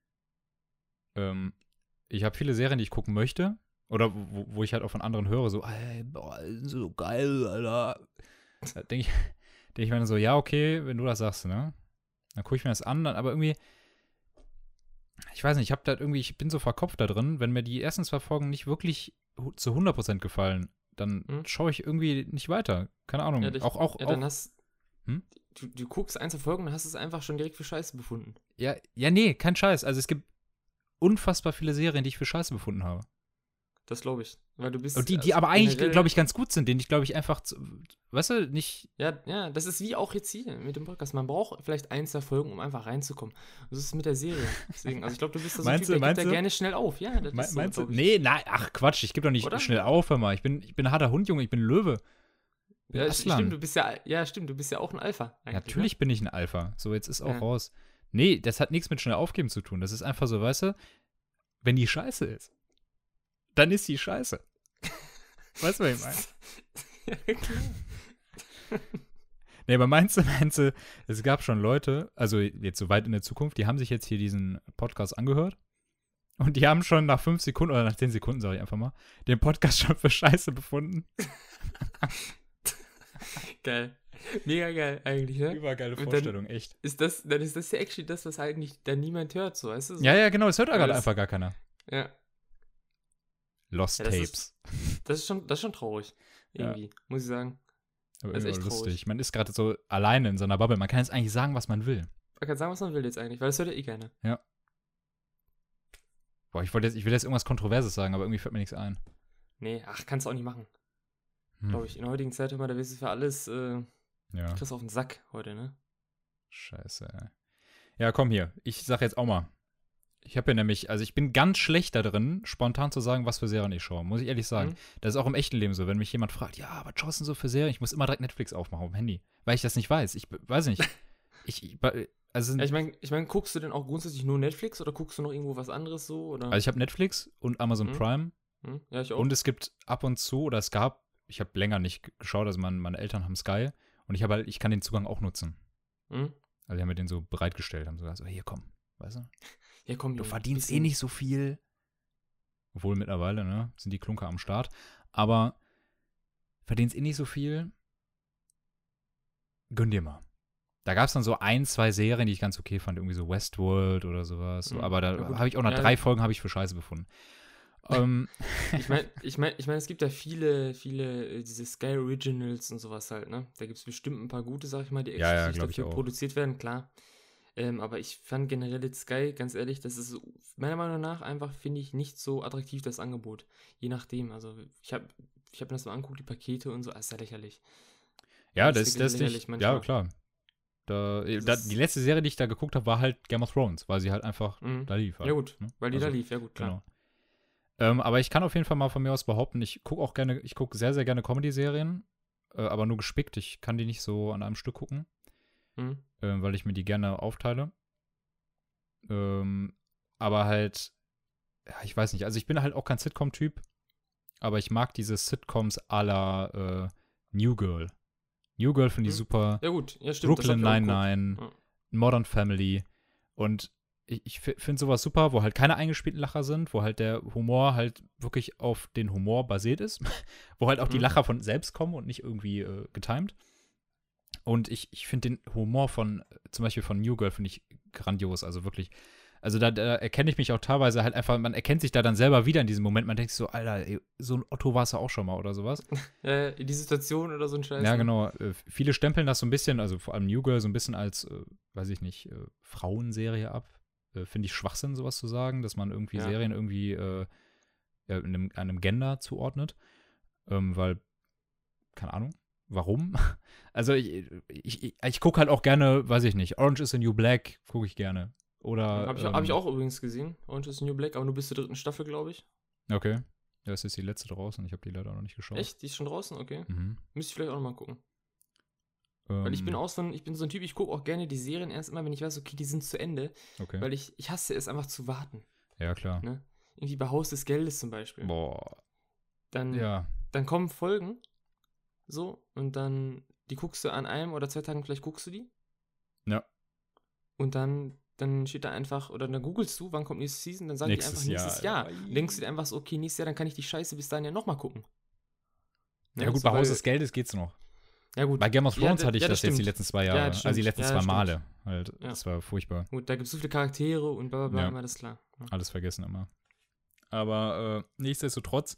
S1: ich habe viele Serien, die ich gucken möchte. Oder wo ich halt auch von anderen höre, so, ey, boah, so geil, Alter. Da denke ich mir dann so, ja, okay, wenn du das sagst, ne? Dann gucke ich mir das an, aber irgendwie, ich weiß nicht, ich bin so verkopft da drin, wenn mir die ersten 2 Folgen nicht wirklich zu 100% gefallen, dann schaue ich irgendwie nicht weiter. Keine Ahnung.
S2: Ja, dann
S1: auch
S2: hast du guckst einzelne Folgen und hast es einfach schon direkt für Scheiße befunden.
S1: ja, nee, kein Scheiß. Also es gibt unfassbar viele Serien, die ich für Scheiße befunden habe.
S2: Das glaube ich. Weil du bist.
S1: Und die
S2: also
S1: aber eigentlich,
S2: generell-
S1: glaube ich, ganz gut sind, denen ich, glaube ich, einfach, weißt du, nicht.
S2: Ja, das ist wie auch jetzt hier mit dem Podcast. Man braucht vielleicht 1, 2 Folgen, um einfach reinzukommen. Das ist mit der Serie. Deswegen, also ich glaube, du bist da so ein
S1: Meinst
S2: Typ,
S1: du-
S2: der gibt
S1: meinst
S2: da
S1: du?
S2: gerne schnell auf. Ja, das ist so,
S1: Meinst du?
S2: glaub ich.
S1: Nee, nein, ach Quatsch, ich gebe doch nicht
S2: Oder?
S1: schnell auf, hör mal. Ich bin ein harter Hund, Junge, ich bin ein Löwe.
S2: Ja,
S1: Aslan.
S2: stimmt, du bist ja auch ein Alpha.
S1: Ja, natürlich bin ich ein Alpha. So, jetzt ist auch
S2: Ja.
S1: raus. Nee, das hat nichts mit schnell aufgeben zu tun. Das ist einfach so, weißt du, wenn die scheiße ist, dann ist die scheiße. Weißt du, was ich meine?
S2: Ja, klar.
S1: Nee, aber meinst du, es gab schon Leute, also jetzt so weit in der Zukunft, die haben sich jetzt hier diesen Podcast angehört und die haben schon nach 5 Sekunden oder nach 10 Sekunden, sage ich einfach mal, den Podcast schon für scheiße befunden.
S2: Geil. Mega geil eigentlich, ne?
S1: Übergeile
S2: Und dann
S1: Vorstellung, echt.
S2: Dann ist das ja actually das, was halt nicht dann niemand hört, so, weißt du? So.
S1: Ja, genau, das hört
S2: Aber
S1: gerade
S2: das-
S1: einfach gar keiner.
S2: Ja.
S1: Lost
S2: Ja, das
S1: Tapes.
S2: Das ist schon traurig. Irgendwie, muss ich sagen.
S1: Aber
S2: das ist
S1: irgendwie
S2: echt
S1: lustig.
S2: traurig.
S1: Man ist gerade so alleine in so einer Bubble. Man kann jetzt eigentlich sagen, was man will.
S2: Man kann sagen, was man will jetzt eigentlich, weil das hört ja eh keiner.
S1: Boah, ich will jetzt irgendwas Kontroverses sagen, aber irgendwie fällt mir nichts ein.
S2: Nee, ach, kannst du auch nicht machen.
S1: Hm.
S2: Glaube ich. In der heutigen Zeit, hör mal, da wirst du für alles,
S1: Ja,
S2: kriegst auf den Sack heute, ne?
S1: scheiße. Ey. Ja, komm hier. Ich sag jetzt auch mal. Ich habe ja nämlich, also ich bin ganz schlecht da drin, spontan zu sagen, was für Serien ich schaue. Muss ich ehrlich sagen.
S2: Mhm.
S1: Das ist auch im echten Leben so. Wenn mich jemand fragt, ja, was schaust du denn so für Serien? Ich muss immer direkt Netflix aufmachen auf dem Handy. Weil ich das nicht weiß. Ich weiß nicht. Also
S2: Ja, ich mein, guckst du denn auch grundsätzlich nur Netflix oder guckst du noch irgendwo was anderes so? Oder?
S1: ich habe Netflix und Amazon
S2: Mhm.
S1: Prime.
S2: Ja, ich auch.
S1: Und es gibt ab und zu, oder es gab, ich habe länger nicht geschaut, also meine Eltern haben Sky. Und ich kann den Zugang auch nutzen.
S2: Mhm.
S1: Also die haben mir den so bereitgestellt, haben so gesagt, so, hier komm, weißt du?
S2: Ja, komm,
S1: Du
S2: Junge,
S1: verdienst
S2: bisschen-
S1: nicht so viel. Obwohl mittlerweile, ne, sind die Klunker am Start. Aber verdienst nicht so viel. Gönn dir mal. Da gab es dann so 1, 2 Serien, die ich ganz okay fand. Irgendwie so Westworld oder sowas. So,
S2: Mhm.
S1: aber da
S2: Ja, gut.
S1: habe ich auch nach
S2: Ja.
S1: 3 Folgen habe ich für scheiße befunden.
S2: Ich meine, es gibt ja viele diese Sky Originals und sowas halt, ne? Da gibt es bestimmt ein paar gute, sag ich mal, die
S1: Ja,
S2: exklusiv
S1: glaub ich
S2: dafür
S1: auch.
S2: produziert werden, klar. Aber ich fand generell jetzt Sky, ganz ehrlich, das ist meiner Meinung nach einfach, finde ich, nicht so attraktiv, das Angebot. Je nachdem, also ich hab mir das mal angeguckt, die Pakete und so, ist ja lächerlich.
S1: Ja,
S2: Das ist
S1: das
S2: wirklich
S1: nicht.
S2: lächerlich
S1: Ja,
S2: manchmal.
S1: klar.
S2: Das
S1: Die letzte Serie, die ich da geguckt habe, war halt Game of Thrones, weil sie halt einfach
S2: Mhm.
S1: da lief. Halt,
S2: Ja gut,
S1: ne?
S2: weil die
S1: Also,
S2: da lief, ja gut, klar.
S1: Genau. Aber ich kann auf jeden Fall mal von mir aus behaupten, ich gucke sehr, sehr gerne Comedy-Serien, aber nur gespickt. Ich kann die nicht so an einem Stück gucken,
S2: Mhm.
S1: weil ich mir die gerne aufteile. Aber halt, ja, ich weiß nicht, also ich bin halt auch kein Sitcom-Typ, aber ich mag diese Sitcoms à la New Girl. New Girl finde ich super.
S2: Ja gut, ja stimmt.
S1: Brooklyn Nine-Nine, Modern Family. Und ich finde sowas super, wo halt keine eingespielten Lacher sind, wo halt der Humor halt wirklich auf den Humor basiert ist, wo halt auch die Lacher von selbst kommen und nicht irgendwie getimed. Und ich finde den Humor zum Beispiel von New Girl, finde ich grandios, also wirklich. Also da erkenne ich mich auch teilweise halt einfach, man erkennt sich da dann selber wieder in diesem Moment, man denkt sich so, Alter, ey, so ein Otto warst du auch schon mal oder sowas.
S2: In die Situation oder so ein Scheiß.
S1: Ja, genau. Viele stempeln das so ein bisschen, also vor allem New Girl, so ein bisschen als, weiß ich nicht, Frauenserie ab. Finde ich Schwachsinn, sowas zu sagen, dass man irgendwie Serien irgendwie einem Gender zuordnet. Weil, keine Ahnung, warum? Also ich gucke halt auch gerne, weiß ich nicht, Orange is the New Black gucke ich gerne. Oder
S2: Hab ich auch übrigens gesehen, Orange is the New Black, aber nur bis zur 3. Staffel, glaube ich.
S1: Okay. Ja, das ist die letzte draußen. Ich habe die leider noch nicht geschaut.
S2: Echt? Die ist schon draußen? Okay. Müsste ich vielleicht auch noch mal gucken. Weil ich bin so ein Typ, ich gucke auch gerne die Serien erst immer, wenn ich weiß, okay, die sind zu Ende.
S1: Okay.
S2: Weil ich hasse es einfach zu warten.
S1: Ja, klar.
S2: Ne? Irgendwie bei Haus des Geldes zum Beispiel.
S1: Boah.
S2: Dann kommen Folgen, so, und dann, die guckst du an einem oder 2 Tagen, vielleicht guckst du die.
S1: Ja.
S2: Und dann steht da einfach, oder dann googelst du, wann kommt nächste Season, dann sagen die einfach nächstes Jahr. Und denkst du dir einfach so, okay, nächstes Jahr, dann kann ich die Scheiße bis dahin ja nochmal gucken.
S1: Ne? Ja gut, bei Haus des Geldes geht's noch.
S2: Ja gut.
S1: Bei Game of Thrones hatte ich das
S2: stimmt.
S1: jetzt die letzten 2 Jahre.
S2: Ja,
S1: also die letzten 2 Male. Halt. Ja. Das war furchtbar.
S2: Gut, da gibt es so viele Charaktere und bla bla bla, immer das klar.
S1: Ja. Alles vergessen immer. Aber nichtsdestotrotz,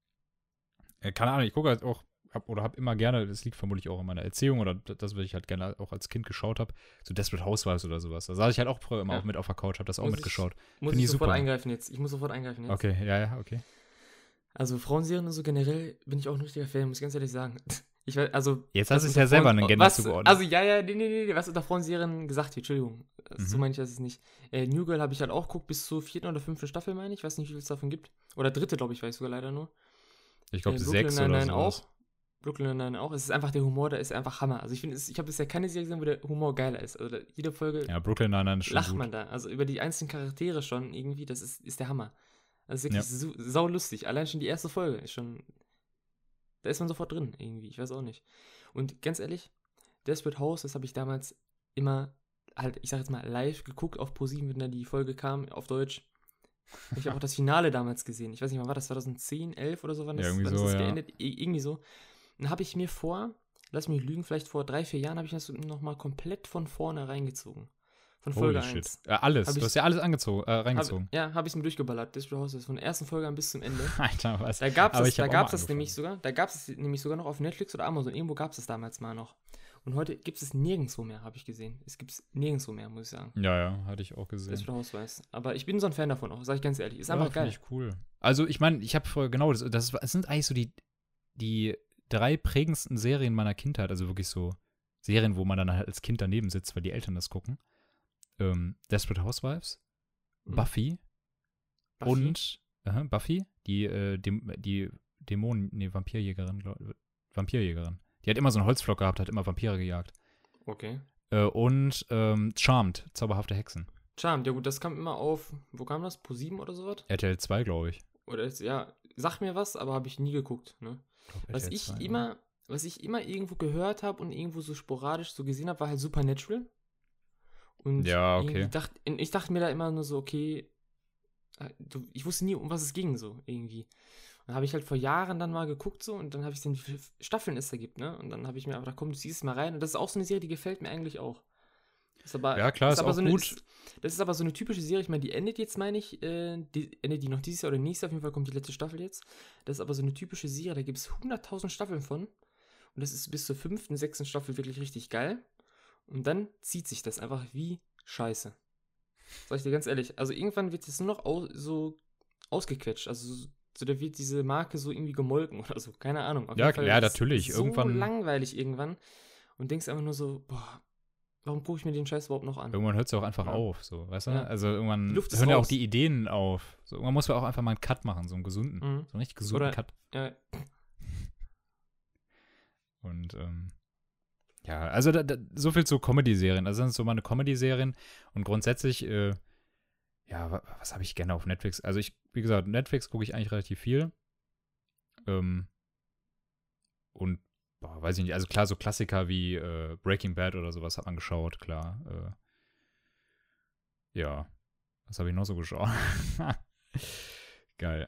S1: keine Ahnung, ich gucke halt auch, hab immer gerne, das liegt vermutlich auch in meiner Erziehung oder das, was ich halt gerne auch als Kind geschaut habe, so Desperate Housewives oder sowas. Da saß ich halt auch früher immer auch mit auf der Couch, hab das auch mitgeschaut.
S2: Muss ich sofort eingreifen jetzt.
S1: Okay, ja, okay.
S2: Also Frauenserien und so generell bin ich auch ein richtiger Fan, muss ich ganz ehrlich sagen. Ich weiß, also
S1: jetzt hast du es ja selber einen Gender zugeordnet.
S2: Also nee, was unter Frauenserien gesagt wird, Entschuldigung. So meine ich das jetzt nicht. New Girl habe ich halt auch geguckt, bis zur 4. oder 5. Staffel, meine ich. Ich weiß nicht, wie viel es davon gibt. Oder 3., glaube ich, weiß ich sogar leider nur.
S1: Ich glaube, 6 oder so.
S2: Auch. Brooklyn Nine auch. Es ist einfach der Humor, da ist einfach Hammer. Also ich finde, ich habe bisher keine Serie gesehen, wo der Humor geiler ist. Also jede Folge
S1: Brooklyn Nine ist schon
S2: lacht
S1: gut.
S2: man da. Also über die einzelnen Charaktere schon irgendwie, das ist der Hammer. Also wirklich sau lustig. Allein schon die erste Folge ist schon, da ist man sofort drin irgendwie. Ich weiß auch nicht. Und ganz ehrlich, Desperate House, das habe ich damals immer halt, ich sag jetzt mal, live geguckt auf ProSieben, wenn da die Folge kam, auf Deutsch. Ich habe auch das Finale damals gesehen. Ich weiß nicht, wann war das? 2010, 11 oder so? Wann
S1: irgendwie
S2: ist
S1: so,
S2: das geendet? Irgendwie so. Dann habe ich mir lass mich lügen, vielleicht vor 3, 4 Jahren habe ich das nochmal komplett von vorne reingezogen. Von Folge 1.
S1: Alles, du hast ja alles reingezogen.
S2: Habe ich es mir durchgeballert. Desperate House, von der ersten Folge an bis zum Ende.
S1: Alter, was?
S2: Da gab es das nämlich sogar noch auf Netflix oder Amazon. Irgendwo gab es das damals mal noch. Und heute gibt es nirgendwo mehr, habe ich gesehen. Es gibt es nirgendwo mehr, muss ich sagen.
S1: Ja, hatte ich auch gesehen.
S2: Desperate Housewives. Aber ich bin so ein Fan davon auch, sage ich ganz ehrlich. Ist einfach geil.
S1: Finde ich cool. Also ich meine, ich habe vorher, genau, das sind eigentlich so die 3 prägendsten Serien meiner Kindheit. Also wirklich so Serien, wo man dann halt als Kind daneben sitzt, weil die Eltern das gucken. Desperate Housewives, Buffy und Buffy, die Vampirjägerin. Die hat immer so einen Holzflock gehabt, hat immer Vampire gejagt.
S2: Okay.
S1: Und Charmed, zauberhafte Hexen.
S2: Charmed, ja gut, das kam immer auf, wo kam das? ProSieben oder sowas?
S1: RTL 2, glaube ich.
S2: Oder sagt mir was, aber habe ich nie geguckt, ne? Was ich immer irgendwo gehört habe und irgendwo so sporadisch so gesehen habe, war halt Supernatural. Und
S1: okay.
S2: Ich dachte mir da immer nur so, okay, ich wusste nie, um was es ging, so irgendwie. Und dann habe ich halt vor Jahren dann mal geguckt so und dann habe ich gesehen, wie viele Staffeln es da gibt, ne? Und dann habe ich mir einfach gedacht, komm, du ziehst mal rein. Und das ist auch so eine Serie, die gefällt mir eigentlich auch.
S1: Ja, klar, ist auch gut.
S2: Das ist aber so eine typische Serie, ich meine, die endet jetzt, meine ich, endet die noch dieses Jahr oder nächstes Jahr, auf jeden Fall kommt die letzte Staffel jetzt. Das ist aber so eine typische Serie, da gibt es 100.000 Staffeln von. Und das ist bis zur 5., 6. Staffel wirklich richtig geil. Und dann zieht sich das einfach wie Scheiße. Sag ich dir ganz ehrlich. Also irgendwann wird es nur noch so ausgequetscht. Also so da wird diese Marke so irgendwie gemolken oder so. Keine Ahnung. Auf jeden Fall
S1: natürlich.
S2: Ist
S1: irgendwann
S2: so langweilig irgendwann. Und denkst einfach nur so, boah, warum gucke ich mir den Scheiß überhaupt noch an?
S1: Irgendwann hört es ja auch einfach auf, so, weißt du?
S2: Ja.
S1: Also irgendwann hören ja auch die Ideen auf. So, irgendwann muss man auch einfach mal einen Cut machen, so einen gesunden. So einen richtig gesunden Cut.
S2: Ja.
S1: Und, also so viel zu Comedy-Serien. Also das sind so meine Comedy-Serien. Und grundsätzlich, was habe ich gerne auf Netflix? Also wie gesagt, Netflix gucke ich eigentlich relativ viel. Und weiß ich nicht. Also klar, so Klassiker wie Breaking Bad oder sowas hat man geschaut, klar. Ja. Was habe ich noch so geschaut? Geil.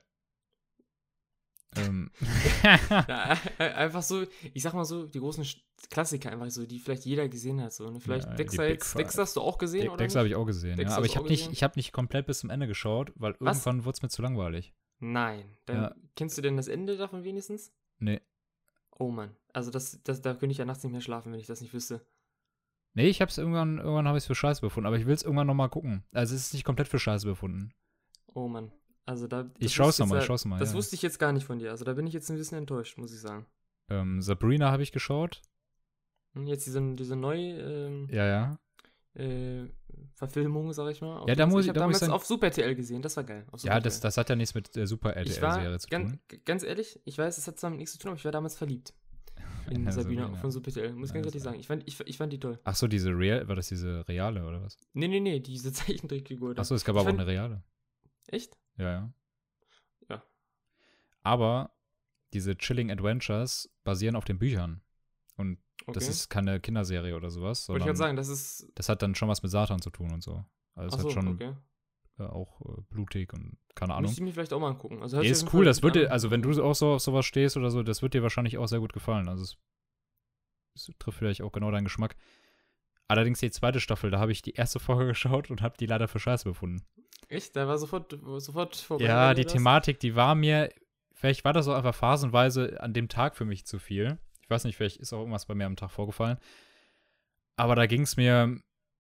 S2: Ja, einfach so, ich sag mal so, die großen Klassiker einfach so, die vielleicht jeder gesehen hat. So, ne? Vielleicht
S1: Ja,
S2: Dexter
S1: die
S2: jetzt. Dexter hast du auch gesehen, oder?
S1: Dexter habe ich auch gesehen, ja.
S2: Dexter
S1: Aber
S2: hast
S1: ich
S2: du
S1: habe
S2: auch
S1: nicht,
S2: gesehen?
S1: ich hab nicht komplett bis zum Ende geschaut, weil
S2: Was?
S1: irgendwann wurde es mir zu langweilig.
S2: Nein. Dann
S1: Ja.
S2: kennst du denn das Ende davon wenigstens?
S1: Nee.
S2: Oh Mann. Also da könnte ich ja nachts nicht mehr schlafen, wenn ich das nicht wüsste.
S1: Nee, ich hab's irgendwann habe ich es für scheiße befunden, aber ich will es irgendwann nochmal gucken. Also es ist nicht komplett für scheiße befunden.
S2: Oh Mann. Also da.
S1: Ich schaue es nochmal.
S2: Das
S1: Ja.
S2: wusste ich jetzt gar nicht von dir. Also da bin ich jetzt ein bisschen enttäuscht, muss ich sagen.
S1: Sabrina habe ich geschaut.
S2: Jetzt diese neue
S1: Ja.
S2: Verfilmung, sag ich mal.
S1: Ja, da muss ich
S2: habe damals
S1: sagen,
S2: auf Super RTL gesehen, das war geil.
S1: Ja, das hat ja nichts mit der Super RTL-Serie zu tun.
S2: Ganz ehrlich, ich weiß, es hat damit nichts zu tun, aber ich war damals verliebt. In Sabrina von Super RTL, muss ich ganz ehrlich sagen. Ich fand die toll.
S1: Ach so, war das diese reale oder was?
S2: Nee, diese Zeichentrickfigur.
S1: Ach so, es gab aber auch eine reale.
S2: Echt?
S1: Ja.
S2: Ja.
S1: Aber diese Chilling Adventures basieren auf den Büchern. Und
S2: Okay.
S1: das ist keine Kinderserie oder sowas,
S2: Wollte ich
S1: sondern
S2: gerade sagen,
S1: das hat dann schon was mit Satan zu tun und so. Also es hat schon
S2: okay.
S1: auch blutig und keine Ahnung.
S2: Müsste ich mir vielleicht auch mal angucken. Also
S1: Ist cool, das wird dir, also wenn du auch so auf sowas stehst oder so, das wird dir wahrscheinlich auch sehr gut gefallen. Also es trifft vielleicht auch genau deinen Geschmack. Allerdings die zweite Staffel, da habe ich die erste Folge geschaut und habe die leider für scheiße befunden.
S2: Echt? Da war sofort vorbei.
S1: Ja, die Thematik, die war mir, vielleicht war das auch einfach phasenweise an dem Tag für mich zu viel. Ich weiß nicht, vielleicht ist auch irgendwas bei mir am Tag vorgefallen. Aber da ging es mir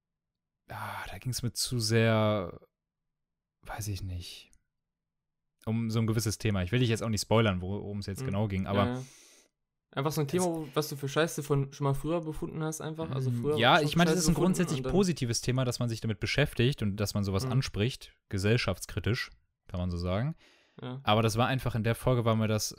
S1: zu sehr, weiß ich nicht, um so ein gewisses Thema. Ich will dich jetzt auch nicht spoilern, worum es jetzt genau ging, aber
S2: einfach so ein Thema, was du für scheiße schon mal früher befunden hast, einfach. Also früher.
S1: Ja, ich meine, das ist ein grundsätzlich positives Thema, dass man sich damit beschäftigt und dass man sowas anspricht, gesellschaftskritisch, kann man so sagen.
S2: Ja.
S1: Aber das war einfach, in der Folge war mir das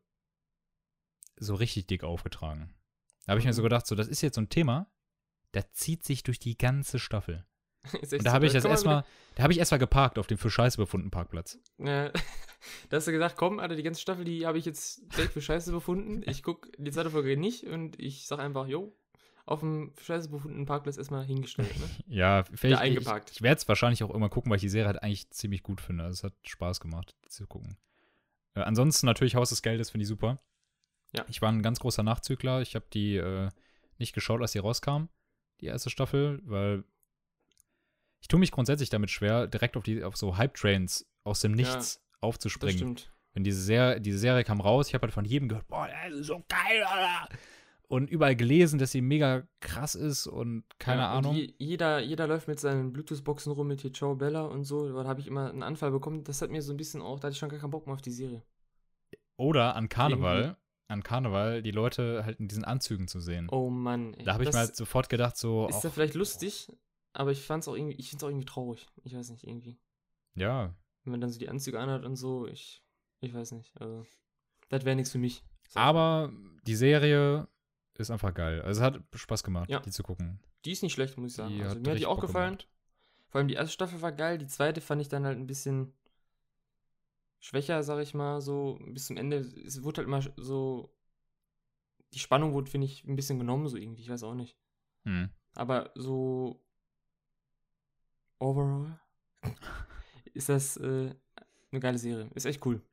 S1: so richtig dick aufgetragen. Da habe ich mir so gedacht, so, das ist jetzt so ein Thema, das zieht sich durch die ganze Staffel. Und da habe ich erstmal geparkt auf dem für scheiße befundenen Parkplatz.
S2: Da hast du gesagt, komm, Alter, die ganze Staffel, die habe ich jetzt direkt für scheiße befunden. Ich gucke die zweite Folge nicht und ich sag einfach, jo, auf dem für scheiße befundenen Parkplatz erstmal hingestellt. Ne?
S1: Ja, vielleicht
S2: eingeparkt.
S1: Ich werde es wahrscheinlich auch immer gucken, weil ich die Serie halt eigentlich ziemlich gut finde. Also es hat Spaß gemacht, die zu gucken. Ansonsten natürlich Haus des Geldes, finde ich super.
S2: Ja.
S1: Ich war ein ganz großer Nachzügler. Ich habe die nicht geschaut, als sie rauskam, die erste Staffel, weil ich tue mich grundsätzlich damit schwer, direkt auf so Hype-Trains aus dem Nichts aufzuspringen.
S2: Das stimmt.
S1: Wenn diese Serie kam raus, ich habe halt von jedem gehört, boah, das ist so geil, Alter. Und überall gelesen, dass sie mega krass ist und keine Ahnung.
S2: Und jeder läuft mit seinen Bluetooth-Boxen rum mit hier Ciao Bella und so. Da habe ich immer einen Anfall bekommen. Das hat mir so ein bisschen auch, da hatte ich schon gar keinen Bock mehr auf die Serie.
S1: Oder an Karneval, die Leute halt in diesen Anzügen zu sehen.
S2: Oh Mann, ey.
S1: Da habe ich mir halt sofort gedacht, so.
S2: Ist ja vielleicht lustig, aber ich finde es auch irgendwie traurig. Ich weiß nicht, irgendwie.
S1: Ja.
S2: Wenn man dann so die Anzüge anhat und so, ich weiß nicht. Also, das wäre nichts für mich.
S1: Aber die Serie ist einfach geil. Also es hat Spaß gemacht, die zu gucken.
S2: Die ist nicht schlecht, muss ich sagen.
S1: Mir
S2: hat die auch gefallen.
S1: Gemacht.
S2: Vor allem die erste Staffel war geil. Die zweite fand ich dann halt ein bisschen schwächer, sag ich mal, so bis zum Ende. Es wurde halt immer so, die Spannung wurde, finde ich, ein bisschen genommen, so irgendwie. Ich weiß auch nicht. Aber so overall ist das eine geile Serie. Ist echt cool.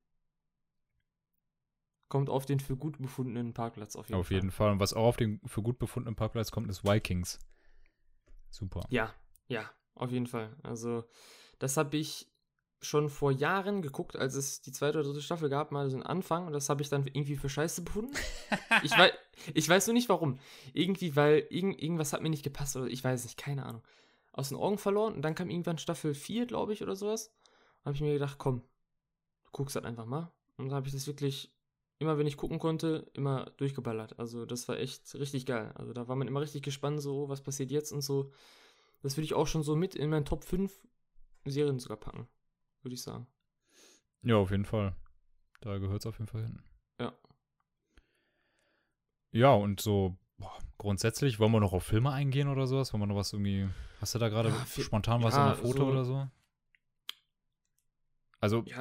S2: Kommt auf den für gut befundenen Parkplatz auf jeden Fall.
S1: Auf jeden Fall. Und was auch auf den für gut befundenen Parkplatz kommt, ist Vikings. Super.
S2: Ja, auf jeden Fall. Also, das habe ich schon vor Jahren geguckt, als es die zweite oder dritte Staffel gab, mal so einen Anfang. Und das habe ich dann irgendwie für scheiße befunden. Ich weiß nur nicht, warum. Irgendwie, weil irgendwas hat mir nicht gepasst. Oder ich weiß nicht, keine Ahnung. Aus den Augen verloren. Und dann kam irgendwann Staffel 4, glaube ich, oder sowas. Da habe ich mir gedacht, komm, du guckst halt einfach mal. Und dann habe ich das wirklich immer, wenn ich gucken konnte, immer durchgeballert. Also das war echt richtig geil. Also da war man immer richtig gespannt, so, was passiert jetzt und so. Das würde ich auch schon so mit in meinen Top 5 Serien sogar packen, würde ich sagen.
S1: Ja, auf jeden Fall. Da gehört es auf jeden Fall hin.
S2: Ja.
S1: Ja, und so grundsätzlich, wollen wir noch auf Filme eingehen oder sowas? Wollen wir noch was irgendwie, hast du da gerade spontan was an ein Foto oder so? Also,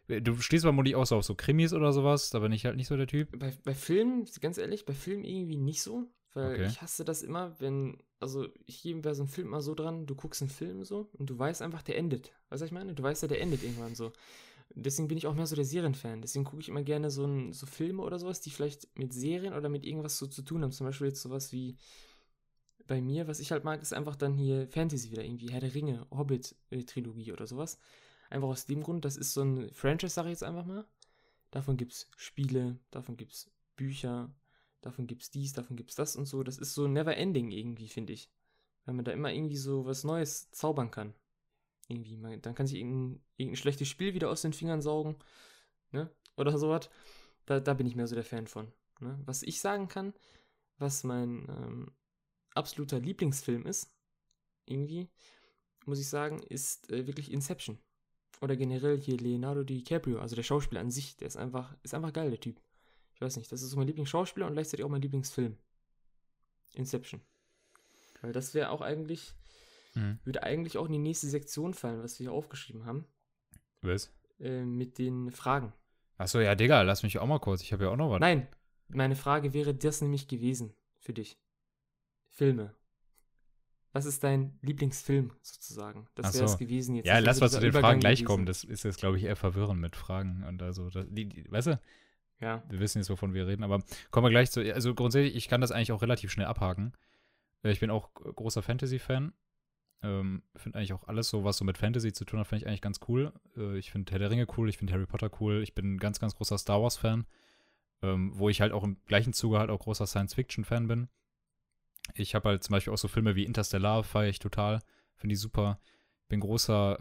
S1: Du stehst vermutlich auch so auf so Krimis oder sowas, da bin ich halt nicht so der Typ.
S2: Bei Filmen, ganz ehrlich, bei Filmen irgendwie nicht so, weil
S1: Okay.
S2: ich hasse das immer, also ich gehe bei so einem Film mal so dran, du guckst einen Film so und du weißt einfach, der endet. Weißt du, was ich meine? Du weißt ja, der endet irgendwann so. Deswegen bin ich auch mehr so der Serienfan. Deswegen gucke ich immer gerne so Filme oder sowas, die vielleicht mit Serien oder mit irgendwas so zu tun haben. Zum Beispiel jetzt sowas wie bei mir, was ich halt mag, ist einfach dann hier Fantasy wieder, irgendwie Herr der Ringe, Hobbit-Trilogie oder sowas. Einfach aus dem Grund, das ist so ein Franchise, sag ich jetzt einfach mal. Davon gibt's Spiele, davon gibt's Bücher, davon gibt's dies, davon gibt's das und so. Das ist so never ending irgendwie, finde ich. Weil man da immer irgendwie so was Neues zaubern kann. Irgendwie, dann kann sich irgendein schlechtes Spiel wieder aus den Fingern saugen, ne? Oder sowas. Da bin ich mehr so der Fan von. Ne? Was ich sagen kann, was mein absoluter Lieblingsfilm ist, irgendwie, muss ich sagen, ist wirklich Inception. Oder generell hier Leonardo DiCaprio, also der Schauspieler an sich, der ist einfach geil, der Typ. Ich weiß nicht, das ist so mein Lieblingsschauspieler und gleichzeitig auch mein Lieblingsfilm. Inception. Weil das wäre auch eigentlich, würde eigentlich auch in die nächste Sektion fallen, was wir hier aufgeschrieben haben.
S1: Was?
S2: Mit den Fragen.
S1: Achso, ja, Digga, lass mich auch mal kurz. Ich habe ja auch noch was.
S2: Nein, meine Frage wäre das nämlich gewesen für dich. Filme. Was ist dein Lieblingsfilm sozusagen? Das wäre es gewesen jetzt.
S1: Ja, lass mal zu den Fragen gleich
S2: gewesen.
S1: kommen. Das ist jetzt, glaube ich, eher verwirrend mit Fragen und also, weißt du?
S2: Ja.
S1: Wir wissen jetzt, wovon wir reden, aber kommen wir gleich zu. Also grundsätzlich, ich kann das eigentlich auch relativ schnell abhaken. Ich bin auch großer Fantasy-Fan. Finde eigentlich auch alles so, was so mit Fantasy zu tun hat, finde ich eigentlich ganz cool. Ich finde Herr der Ringe cool, ich finde Harry Potter cool. Ich bin ein ganz, ganz großer Star Wars-Fan, wo ich halt auch im gleichen Zuge halt auch großer Science-Fiction-Fan bin. Ich habe halt zum Beispiel auch so Filme wie Interstellar, feiere ich total. Finde ich super. Bin großer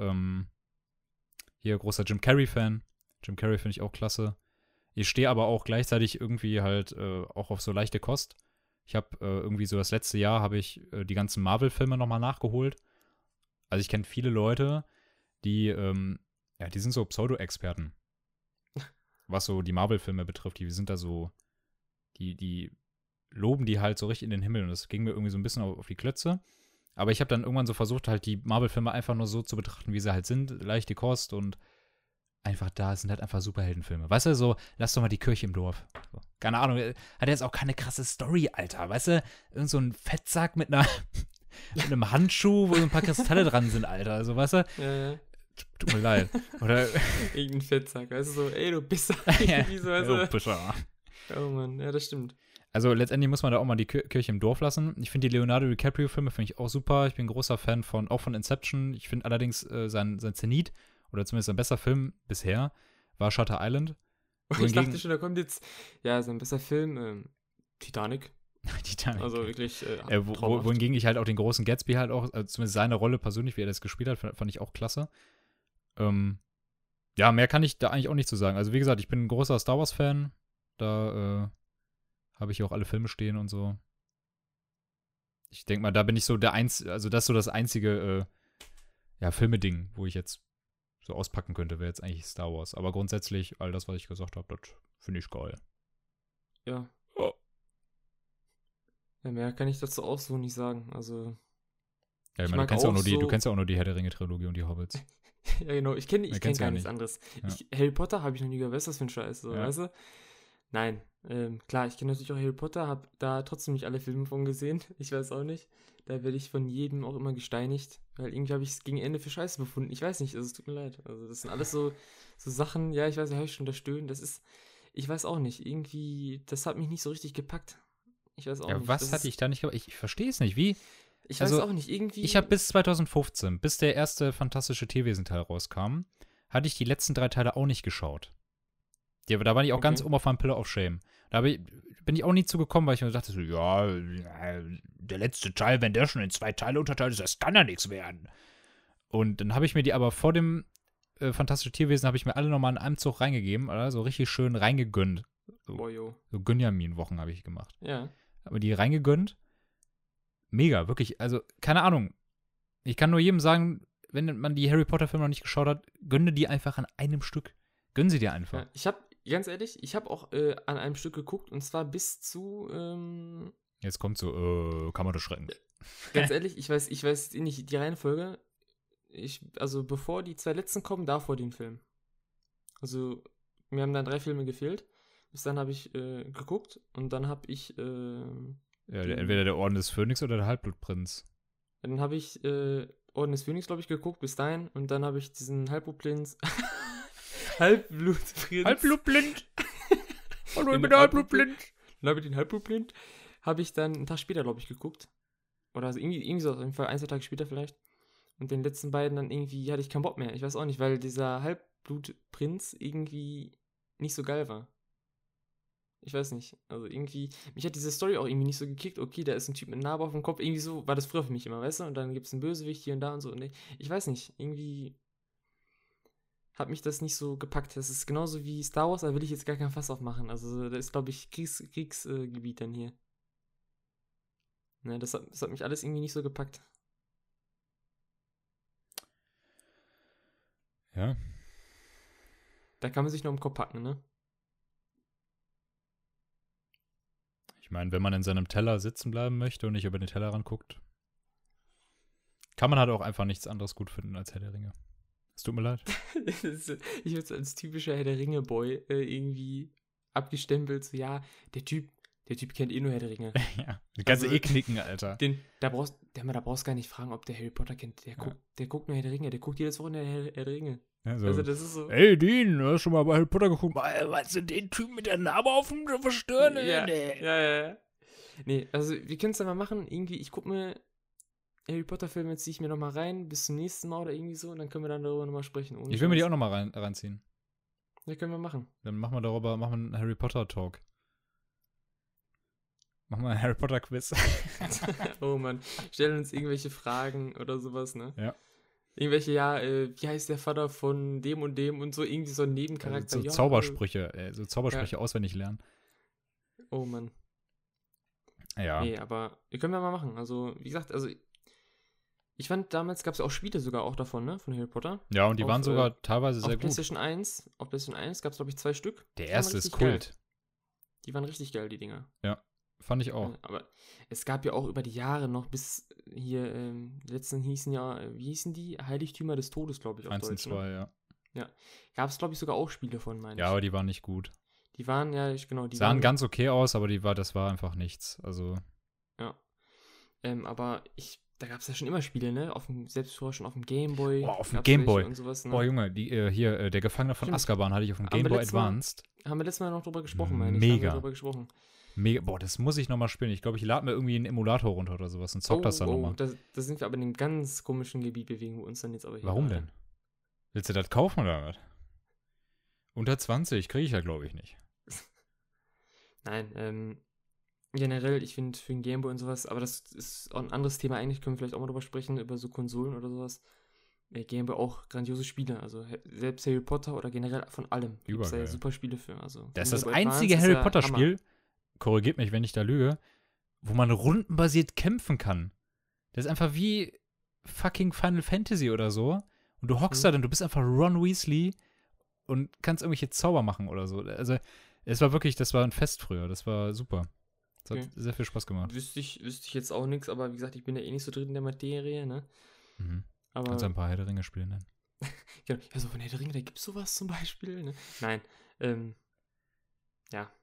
S1: Jim Carrey-Fan. Jim Carrey finde ich auch klasse. Ich stehe aber auch gleichzeitig irgendwie halt auch auf so leichte Kost. Ich habe irgendwie so das letzte Jahr habe ich die ganzen Marvel-Filme nochmal nachgeholt. Also ich kenne viele Leute, die sind so Pseudo-Experten. Was so die Marvel-Filme betrifft. Die sind da so, die loben die halt so richtig in den Himmel. Und das ging mir irgendwie so ein bisschen auf die Klötze. Aber ich habe dann irgendwann so versucht, halt die Marvel-Filme einfach nur so zu betrachten, wie sie halt sind. Leichte Kost und einfach da sind halt einfach Superheldenfilme. Weißt du, so, lass doch mal die Kirche im Dorf. So. Keine Ahnung, hat jetzt auch keine krasse Story, Alter. Weißt du, irgend so ein Fettsack mit einem Handschuh, wo so ein paar Kristalle dran sind, Alter. Also, weißt du?
S2: Ja.
S1: Tut mir leid. Oder
S2: irgendein Fettsack, weißt du, so, ey, du bist da
S1: irgendwie
S2: so, weißt
S1: du.
S2: Oh Mann, ja, das stimmt.
S1: Also letztendlich muss man da auch mal die Kirche im Dorf lassen. Ich finde die Leonardo DiCaprio-Filme finde ich auch super. Ich bin ein großer Fan auch von Inception. Ich finde allerdings sein Zenit, oder zumindest sein bester Film bisher, war Shutter Island.
S2: Ich dachte schon, da kommt jetzt, ja, sein bester Film, Titanic.
S1: Titanic.
S2: Also wirklich
S1: wohingegen ich halt auch den großen Gatsby halt auch, also zumindest seine Rolle persönlich, wie er das gespielt hat, fand ich auch klasse. Ja, mehr kann ich da eigentlich auch nicht zu sagen. Also wie gesagt, ich bin ein großer Star Wars-Fan. Da habe ich auch alle Filme stehen und so. Ich denke mal, da bin ich so also das ist so das einzige Filme-Ding, wo ich jetzt so auspacken könnte, wäre jetzt eigentlich Star Wars. Aber grundsätzlich, all das, was ich gesagt habe, das finde ich geil.
S2: Ja.
S1: Oh.
S2: Ja, mehr kann ich dazu auch so nicht sagen. Also.
S1: Ja, ich meine, du kennst ja auch nur die Herr der Ringe-Trilogie und die Hobbits.
S2: Ja, genau. Ich kenn gar nichts anderes.
S1: Ja.
S2: Harry Potter habe ich noch nie gehört. Was ist das für ein Scheiß? So,
S1: Ja.
S2: Weißt du? Nein. Klar, ich kenne natürlich auch Harry Potter, habe da trotzdem nicht alle Filme von gesehen. Ich weiß auch nicht. Da werde ich von jedem auch immer gesteinigt, weil irgendwie habe ich es gegen Ende für Scheiße befunden. Ich weiß nicht, also es tut mir leid. Also das sind alles so Sachen, ja, ich weiß, da höre ich schon das Stöhnen. Das ist, ich weiß auch nicht, irgendwie, das hat mich nicht so richtig gepackt. Ich weiß auch nicht.
S1: Ja, was hatte ich da nicht gepackt? Ich verstehe es nicht. Wie?
S2: Ich weiß auch nicht, irgendwie.
S1: Ich habe bis 2015, bis der erste fantastische Tierwesen-Teil rauskam, hatte ich die letzten 3 Teile auch nicht geschaut. Ja, da war ich auch ganz oben auf meinem Pillar of Shame. Da bin ich auch nie zugekommen, weil ich mir dachte so, ja, der letzte Teil, wenn der schon in 2 Teile unterteilt ist, das kann ja nichts werden. Und dann habe ich mir die aber vor dem Fantastische Tierwesen, habe ich mir alle nochmal in einem Zug reingegeben, oder? So richtig schön reingegönnt. So Gönjamin-Wochen habe ich gemacht.
S2: Ja.
S1: Habe mir die reingegönnt. Mega, wirklich. Also, keine Ahnung. Ich kann nur jedem sagen, wenn man die Harry Potter-Filme noch nicht geschaut hat, gönne die einfach an einem Stück. Gönnen sie dir einfach.
S2: Ja, ich habe, ganz ehrlich, auch an einem Stück geguckt und zwar bis zu.
S1: Jetzt kommt so, Kammer des Schreckens.
S2: Ganz ehrlich, ich weiß nicht die Reihenfolge. Also bevor die 2 letzten kommen, davor den Film. Also, mir haben dann 3 Filme gefehlt. Bis dann habe ich geguckt und dann habe ich
S1: Entweder der Orden des Phönix oder der Halbblutprinz.
S2: dann habe ich Orden des Phönix, glaube ich, geguckt bis dahin und dann habe ich diesen Halbblutprinz
S1: Halbblutblind! Hallo, ich bin
S2: Den
S1: halbblutblind!
S2: Dann habe ich den Halbblutblind, habe ich dann einen Tag später, glaube ich, geguckt. Oder also irgendwie so, auf jeden Fall 1, 2 Tage später vielleicht. Und den letzten beiden dann irgendwie hatte ich keinen Bock mehr. Ich weiß auch nicht, weil dieser Halbblutprinz irgendwie nicht so geil war. Ich weiß nicht. Also irgendwie, mich hat diese Story auch irgendwie nicht so gekickt. Okay, da ist ein Typ mit Narbe auf dem Kopf. Irgendwie so war das früher für mich immer, weißt du? Und dann gibt es einen Bösewicht hier und da und so. Und ich weiß nicht. Irgendwie hat mich das nicht so gepackt. Das ist genauso wie Star Wars, da will ich jetzt gar kein Fass aufmachen. Also das ist, glaube ich, Kriegsgebiet dann hier. Ne, das hat mich alles irgendwie nicht so gepackt.
S1: Ja.
S2: Da kann man sich nur im Kopf packen, ne?
S1: Ich meine, wenn man in seinem Teller sitzen bleiben möchte und nicht über den Tellerrand guckt, kann man halt auch einfach nichts anderes gut finden als Herr der Ringe. Es tut mir leid.
S2: Ich würde als typischer Herr der Ringe-Boy irgendwie abgestempelt. So, ja, der Typ kennt eh nur Herr der Ringe.
S1: Ja, die ganze
S2: Also,
S1: knicken, Alter.
S2: Da brauchst gar nicht fragen, ob der Harry Potter kennt. Der guckt nur Herr der Ringe. Der guckt jedes Wochenende Herr der Ringe.
S1: Ja, so.
S2: Also das ist so.
S1: Ey, Dean, du hast schon mal bei Harry Potter geguckt? Weißt du, den Typen mit der Narbe auf dem Stirn?
S2: Ja,
S1: Nee.
S2: ja. Nee, also wir können es dann mal machen. Irgendwie, ich gucke mir Harry Potter-Filme, ziehe ich mir nochmal rein, bis zum nächsten Mal oder irgendwie so. Und dann können wir dann darüber nochmal sprechen.
S1: Ich will mir die auch nochmal reinziehen.
S2: Ja, können wir machen.
S1: Dann machen wir einen Harry Potter-Talk. Machen wir einen Harry Potter-Quiz.
S2: Oh Mann, stellen uns irgendwelche Fragen oder sowas, ne?
S1: Ja.
S2: Irgendwelche, wie heißt der Vater von dem und so, irgendwie so ein Nebencharakter.
S1: Also so Zaubersprüche auswendig lernen.
S2: Oh Mann.
S1: Ja.
S2: Nee, aber wir können wir mal machen. Also, wie gesagt, ich fand, damals gab es ja auch Spiele sogar auch davon, ne? Von Harry Potter.
S1: Ja, und die waren sogar teilweise sehr gut.
S2: Auf PlayStation 1 gab es, glaube ich, 2 Stück.
S1: Der erste ist Kult.
S2: Geil. Die waren richtig geil, die Dinger.
S1: Ja, fand ich auch.
S2: Aber es gab ja auch über die Jahre noch bis hier, die letzten hießen ja, wie hießen die? Heiligtümer des Todes, glaube ich, auf
S1: 1 und
S2: Deutsch.
S1: 2, ja.
S2: Ja. Gab es, glaube ich, sogar auch Spiele von, meine ich.
S1: Ja, aber die waren nicht gut.
S2: Die waren, genau. Die
S1: sahen ganz okay aus, aber das war einfach nichts. Also.
S2: Ja. Aber da gab es ja schon immer Spiele, ne? Selbst früher schon auf dem Gameboy.
S1: Oh, auf dem Gameboy.
S2: Und sowas, ne?
S1: Boah, Junge, der Gefangene von Azkaban hatte ich auf dem Gameboy Advanced.
S2: Haben wir letztes Mal noch drüber gesprochen, meine ich.
S1: Mega.
S2: Haben wir drüber gesprochen.
S1: Mega. Boah, das muss ich nochmal spielen. Ich glaube, ich lade mir irgendwie einen Emulator runter oder sowas und zock das dann nochmal.
S2: Da sind wir aber in einem ganz komischen Gebiet, bewegen wir uns dann jetzt aber hier.
S1: Warum denn? Willst du das kaufen oder was? Unter 20 kriege ich ja, glaube ich, nicht.
S2: Nein, generell, ich finde für den Gameboy und sowas, aber das ist auch ein anderes Thema eigentlich, können wir vielleicht auch mal drüber sprechen, über so Konsolen oder sowas. Gameboy auch grandiose Spiele, also selbst Harry Potter oder generell von allem. Gibt es da ja super Spiele für. Also,
S1: das ist das einzige Harry Potter Spiel, korrigiert mich, wenn ich da lüge, wo man rundenbasiert kämpfen kann. Das ist einfach wie fucking Final Fantasy oder so. Und du hockst da dann, du bist einfach Ron Weasley und kannst irgendwelche Zauber machen oder so. Also, das war ein Fest früher, das war super. Das hat sehr viel Spaß gemacht.
S2: Wüsste ich jetzt auch nichts, aber wie gesagt, ich bin ja eh nicht so drin in der Materie, ne?
S1: Mhm.
S2: Aber
S1: kannst du ein paar Herr der Ringe Spiele nennen?
S2: Ja, so von Herr der Ringe, da gibt's sowas zum Beispiel, ne? Nein, ja.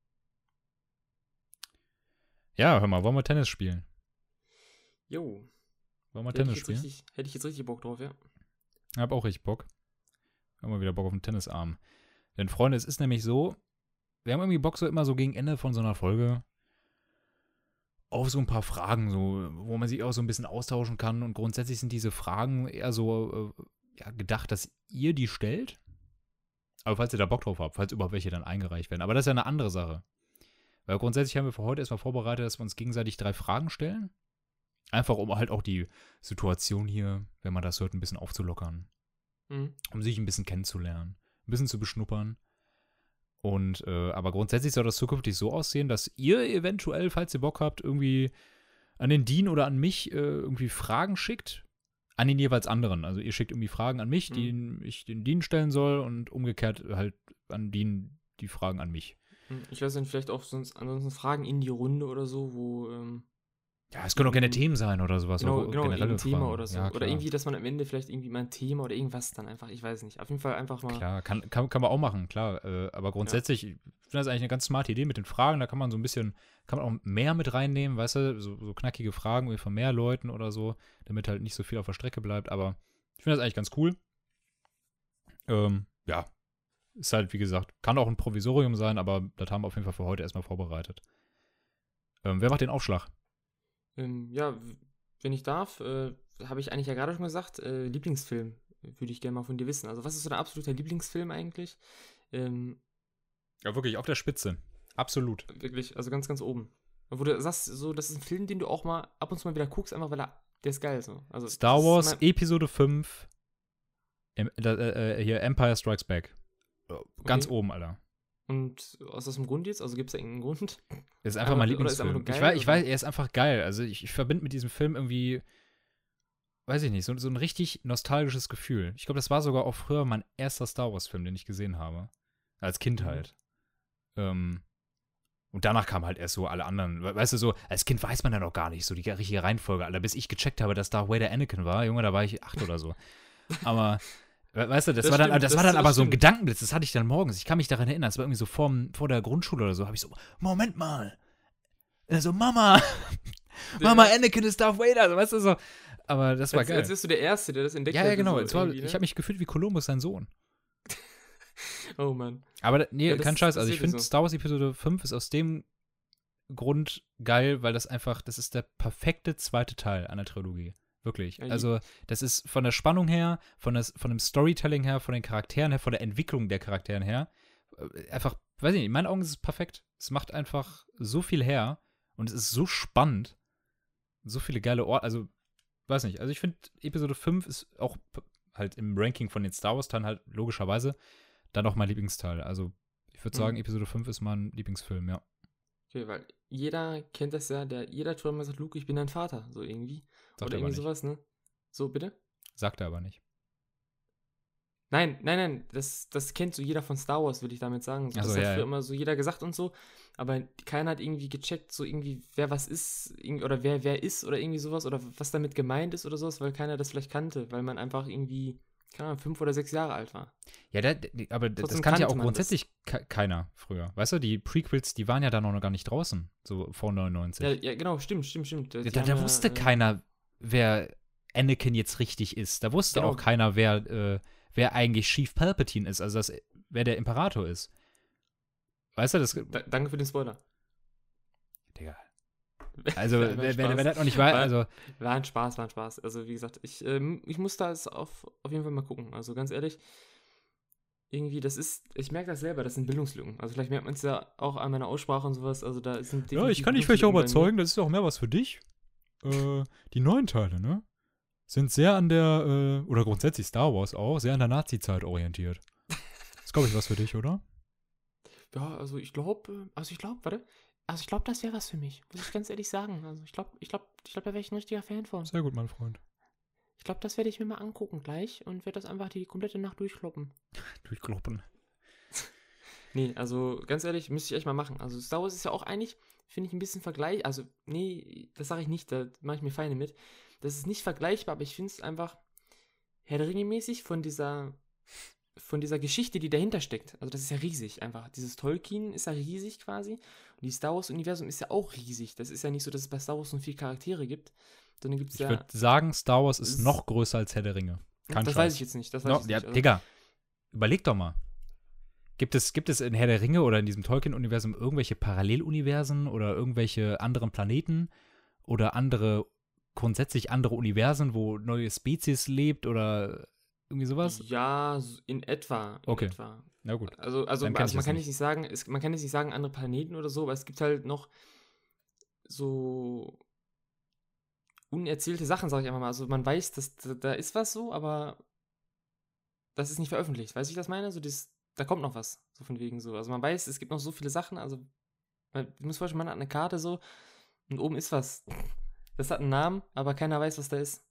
S1: Ja, hör mal, wollen wir Tennis spielen?
S2: Jo.
S1: Wollen wir Tennis spielen?
S2: Hätte ich jetzt richtig Bock drauf, ja.
S1: Hab auch richtig Bock. Haben wir wieder Bock auf den Tennisarm. Denn, Freunde, es ist nämlich so, wir haben irgendwie Bock so immer so gegen Ende von so einer Folge auf so ein paar Fragen, so, wo man sich auch so ein bisschen austauschen kann. Und grundsätzlich sind diese Fragen eher so gedacht, dass ihr die stellt. Aber falls ihr da Bock drauf habt, falls überhaupt welche dann eingereicht werden. Aber das ist ja eine andere Sache. Weil grundsätzlich haben wir für heute erstmal vorbereitet, dass wir uns gegenseitig 3 Fragen stellen. Einfach, um halt auch die Situation hier, wenn man das hört, ein bisschen aufzulockern.
S2: Mhm.
S1: Um sich ein bisschen kennenzulernen. Ein bisschen zu beschnuppern. Und, aber grundsätzlich soll das zukünftig so aussehen, dass ihr eventuell, falls ihr Bock habt, irgendwie an den Dean oder an mich irgendwie Fragen schickt. An den jeweils anderen. Also ihr schickt irgendwie Fragen an mich, die ich den Dean stellen soll und umgekehrt halt an Dean die Fragen an mich.
S2: Ich weiß nicht, vielleicht auch sonst ansonsten Fragen in die Runde oder so, wo
S1: Ja, es können auch gerne Themen sein oder sowas.
S2: Genau,
S1: auch
S2: generelle irgendein Thema
S1: Fragen.
S2: oder so.
S1: Ja,
S2: oder
S1: klar.
S2: irgendwie, dass man am Ende vielleicht irgendwie mal ein Thema oder irgendwas dann einfach, ich weiß nicht. Auf jeden Fall einfach mal.
S1: Klar, kann man auch machen, klar. Aber grundsätzlich, ich finde das eigentlich eine ganz smarte Idee mit den Fragen. Da kann man so ein bisschen, kann man auch mehr mit reinnehmen, weißt du, so knackige Fragen irgendwie von mehr Leuten oder so, damit halt nicht so viel auf der Strecke bleibt. Aber ich finde das eigentlich ganz cool. Ja, ist halt, wie gesagt, kann auch ein Provisorium sein, aber das haben wir auf jeden Fall für heute erstmal vorbereitet. Wer macht den Aufschlag?
S2: Ja, wenn ich darf, habe ich eigentlich ja gerade schon gesagt, Lieblingsfilm würde ich gerne mal von dir wissen. Also, was ist so dein absoluter Lieblingsfilm eigentlich?
S1: Ja, wirklich, auf der Spitze. Absolut.
S2: Wirklich, also ganz, ganz oben. Wo du sagst, so, das ist ein Film, den du auch mal ab und zu mal wieder guckst, einfach weil der ist geil so. Also,
S1: Star
S2: das ist
S1: Wars Episode 5, hier Empire Strikes Back. Ganz
S2: Okay.
S1: oben, Alter.
S2: Und aus welchem Grund jetzt? Also gibt es da irgendeinen Grund?
S1: Das ist einfach mein
S2: Oder ist einfach
S1: Lieblingsfilm.
S2: nur geil,
S1: Ich
S2: oder?
S1: weiß, er ist einfach geil. Also ich verbinde mit diesem Film irgendwie, weiß ich nicht, so ein richtig nostalgisches Gefühl. Ich glaube, das war sogar auch früher mein erster Star Wars-Film, den ich gesehen habe. Als Kind
S2: Mhm.
S1: halt. Und danach kamen halt erst so alle anderen. Weißt du, so, als Kind weiß man ja noch gar nicht so die richtige Reihenfolge, Alter. Bis ich gecheckt habe, dass Darth Vader Anakin war. Junge, da war ich 8 oder so. Aber, weißt du, das war dann aber so ein
S2: stimmt.
S1: Gedankenblitz. Das hatte ich dann morgens. Ich kann mich daran erinnern. Das war irgendwie so vor der Grundschule oder so. Habe ich so, Moment mal. So, Mama, Anakin ist Darth Vader. So, weißt du, so. Aber das war geil.
S2: Als bist du der Erste, der das entdeckt hat.
S1: Ja, genau.
S2: So
S1: Ich habe mich gefühlt wie Kolumbus, sein Sohn.
S2: Oh Mann.
S1: Aber nee,
S2: Ja,
S1: kein Scheiß. Also ich
S2: wirklich
S1: finde,
S2: so.
S1: Star Wars Episode 5 ist aus dem Grund geil, weil das ist der perfekte zweite Teil einer Trilogie. Wirklich.
S2: Ja,
S1: Also, das ist von der Spannung her, von dem Storytelling her, von den Charakteren her, von der Entwicklung der Charakteren her, einfach, weiß ich nicht, in meinen Augen ist es perfekt. Es macht einfach so viel her und es ist so spannend. So viele geile Orte, also, weiß nicht. Also, ich finde, Episode 5 ist auch halt im Ranking von den Star Wars-Teilen halt logischerweise dann auch mein Lieblingsteil. Also, ich würde sagen, Episode 5 ist mein Lieblingsfilm, ja.
S2: Okay, weil jeder kennt das ja, jeder Träumer sagt, Luke, ich bin dein Vater, so irgendwie.
S1: Sagt
S2: Oder
S1: er aber
S2: irgendwie
S1: nicht.
S2: sowas, ne? So, bitte?
S1: Sagt er aber nicht.
S2: Nein, das kennt so jeder von Star Wars, würde ich damit sagen. So,
S1: Ach so,
S2: das hat
S1: ja,
S2: früher
S1: ja.
S2: immer so jeder gesagt und so, aber keiner hat irgendwie gecheckt, so irgendwie, wer was ist, oder wer ist oder irgendwie sowas, oder was damit gemeint ist oder sowas, weil keiner das vielleicht kannte, weil man einfach irgendwie, keine Ahnung, 5 oder 6 Jahre alt war.
S1: Ja, aber das
S2: Trotzdem
S1: kannte ja
S2: kannte
S1: auch
S2: man
S1: grundsätzlich keiner früher. Weißt du, die Prequels, die waren ja da noch gar nicht draußen, so vor 99.
S2: Ja, genau, stimmt.
S1: Da wusste keiner, wer Anakin jetzt richtig ist. Da wusste
S2: Genau.
S1: auch keiner, wer eigentlich Chief Palpatine ist, also wer der Imperator ist. Weißt du,
S2: Danke für den Spoiler.
S1: Digga. Also,
S2: War
S1: wer
S2: Spaß.
S1: das noch nicht weiß, also,
S2: War ein Spaß. Also, wie gesagt, ich muss da es auf jeden Fall mal gucken. Also, ganz ehrlich, irgendwie, ich merke das selber, das sind Bildungslücken. Also, vielleicht merkt man es ja auch an meiner Aussprache und sowas. Also, da sind
S1: ja, ich kann dich vielleicht auch überzeugen, das ist auch mehr was für dich. Die neuen Teile, ne? Sind sehr an der, oder grundsätzlich Star Wars auch, sehr an der Nazi-Zeit orientiert. Das ist, glaube ich, was für dich, oder?
S2: Ja, also ich glaube, warte. Also ich glaube, das wäre was für mich, muss ich ganz ehrlich sagen. Also ich glaube, da wäre ich ein richtiger Fan von.
S1: Sehr gut, mein Freund.
S2: Ich glaube, das werde ich mir mal angucken gleich und werde das einfach die komplette Nacht durchkloppen.
S1: Durchkloppen.
S2: Nee, also ganz ehrlich, müsste ich echt mal machen. Also Star Wars ist ja auch eigentlich, finde ich, ein bisschen vergleich. Also, nee, das sage ich nicht, da mache ich mir Feinde mit. Das ist nicht vergleichbar, aber ich finde es einfach Herr der Ringe mäßig von dieser Geschichte, die dahinter steckt. Also das ist ja riesig einfach. Dieses Tolkien ist ja riesig quasi. Und die Star Wars-Universum ist ja auch riesig. Das ist ja nicht so, dass es bei Star Wars nur 4 Charaktere gibt, sondern gibt es
S1: Ich
S2: ja.
S1: würde sagen, Star Wars ist
S2: ist-
S1: noch größer als Herr der Ringe. Kein
S2: Das
S1: Scheiß.
S2: weiß ich jetzt nicht. Das weiß
S1: No,
S2: ich
S1: ja,
S2: nicht. Also,
S1: Digga, überleg doch mal. Gibt es in Herr der Ringe oder in diesem Tolkien-Universum irgendwelche Paralleluniversen oder irgendwelche anderen Planeten oder grundsätzlich andere Universen, wo neue Spezies lebt oder irgendwie sowas?
S2: ja, in etwa.
S1: Okay.
S2: Etwa.
S1: Na gut.
S2: Also
S1: Dann kenn ich
S2: man
S1: das
S2: kann
S1: nicht.
S2: nicht sagen, man kann jetzt nicht sagen, andere Planeten oder so, aber es gibt halt noch so unerzählte Sachen, sage ich einfach mal. Also man weiß, dass da ist was so, aber das ist nicht veröffentlicht. Weißt du, wie ich das meine? So da kommt noch was, so von wegen so. Also man weiß, es gibt noch so viele Sachen, also du musst vorstellen, man hat eine Karte so und oben ist was. Das hat einen Namen, aber keiner weiß, was da ist.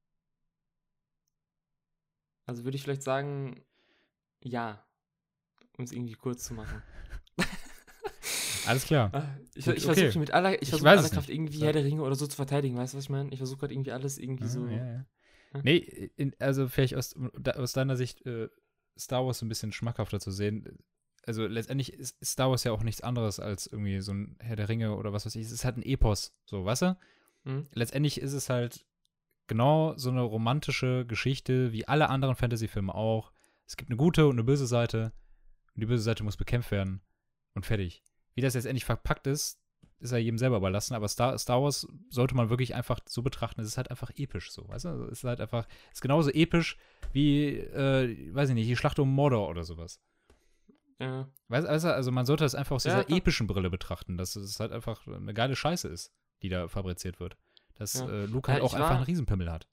S2: Also würde ich vielleicht sagen, ja, um es irgendwie kurz zu machen.
S1: Alles klar.
S2: Ich
S1: Gut,
S2: versuche
S1: okay.
S2: mit aller
S1: Ich weiß es
S2: Kraft
S1: nicht.
S2: irgendwie
S1: Ja.
S2: Herr der Ringe oder so zu verteidigen, weißt du, was ich meine? Ich versuche gerade irgendwie alles irgendwie so.
S1: Ja, ja.
S2: Ja.
S1: Nee, also vielleicht aus deiner Sicht Star Wars so ein bisschen schmackhafter zu sehen. Also letztendlich ist Star Wars ja auch nichts anderes als irgendwie so ein Herr der Ringe oder was weiß ich. Es ist halt ein Epos, so, weißt du?
S2: Mhm.
S1: Letztendlich ist es halt genau so eine romantische Geschichte, wie alle anderen Fantasy-Filme auch. Es gibt eine gute und eine böse Seite und die böse Seite muss bekämpft werden und fertig. Wie das letztendlich verpackt ist ja jedem selber überlassen, aber Star Wars sollte man wirklich einfach so betrachten, es ist halt einfach episch so, weißt du? Es ist halt einfach, es ist genauso episch wie, weiß ich nicht, die Schlacht um Mordor oder sowas.
S2: Ja.
S1: Weißt du, also man sollte das einfach aus
S2: Ja,
S1: dieser
S2: klar.
S1: epischen Brille betrachten, dass es halt einfach eine geile Scheiße ist, die da fabriziert wird. Dass
S2: Ja.
S1: Luke
S2: Ja,
S1: halt auch
S2: ich
S1: einfach
S2: war-
S1: einen Riesenpimmel hat.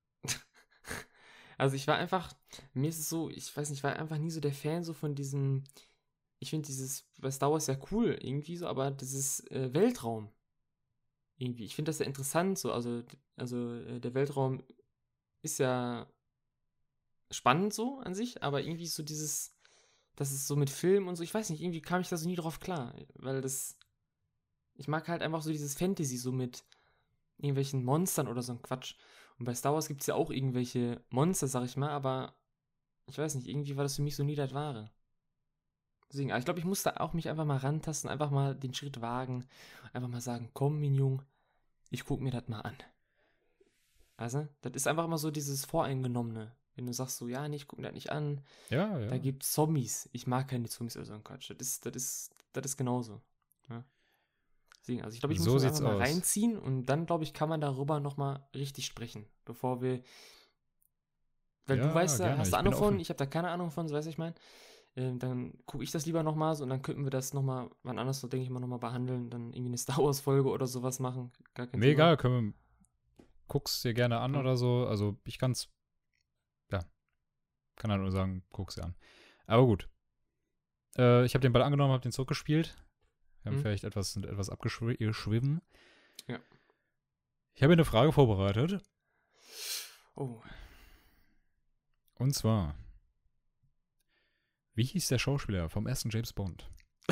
S2: Also ich war einfach, mir ist es so, ich weiß nicht, ich war einfach nie so der Fan so von diesem, ich finde dieses, bei Star Wars ja cool irgendwie so, aber dieses Weltraum irgendwie, ich finde das ja interessant so, also der Weltraum ist ja spannend so an sich, aber irgendwie so dieses, das ist so mit Film und so, ich weiß nicht, irgendwie kam ich da so nie drauf klar, weil das, ich mag halt einfach so dieses Fantasy so mit irgendwelchen Monstern oder so ein Quatsch. Und bei Star Wars gibt es ja auch irgendwelche Monster, sag ich mal, aber ich weiß nicht, irgendwie war das für mich so nie das Wahre. Deswegen, aber ich glaube, ich musste auch mich einfach mal rantasten, einfach mal den Schritt wagen, einfach mal sagen, komm, Mignon, ich guck mir das mal an. Also, das ist einfach immer so dieses Voreingenommene. Wenn du sagst so, ja, nee, ich guck mir das nicht an,
S1: Ja, ja.
S2: da gibt's Zombies. Ich mag keine Zombies oder so ein Quatsch. Das ist genauso. Ja. Deswegen, also ich glaube, ich
S1: So
S2: muss mir
S1: sieht's
S2: einfach mal
S1: aus.
S2: reinziehen und dann, glaube ich, kann man darüber nochmal richtig sprechen, bevor wir. Weil
S1: Ja,
S2: du weißt, da
S1: gerne.
S2: hast
S1: Ich
S2: du
S1: bin
S2: Ahnung von,
S1: offen.
S2: ich habe da keine Ahnung von, so weißt du, was ich meine. Dann gucke ich das lieber nochmal so und dann könnten wir das nochmal, wann anders, so denke ich mal, nochmal behandeln, dann irgendwie eine Star Wars-Folge oder sowas machen. Gar kein
S1: Mir
S2: Thema.
S1: egal, guck's dir gerne an
S2: Ja.
S1: oder so. Also ich kann halt nur sagen, guck's dir an. Aber gut. Ich habe den Ball angenommen, habe den zurückgespielt. Wir haben vielleicht etwas abgeschwimmen.
S2: Ja.
S1: Ich habe hier eine Frage vorbereitet.
S2: Oh,
S1: Und zwar, wie hieß der Schauspieler vom ersten James Bond?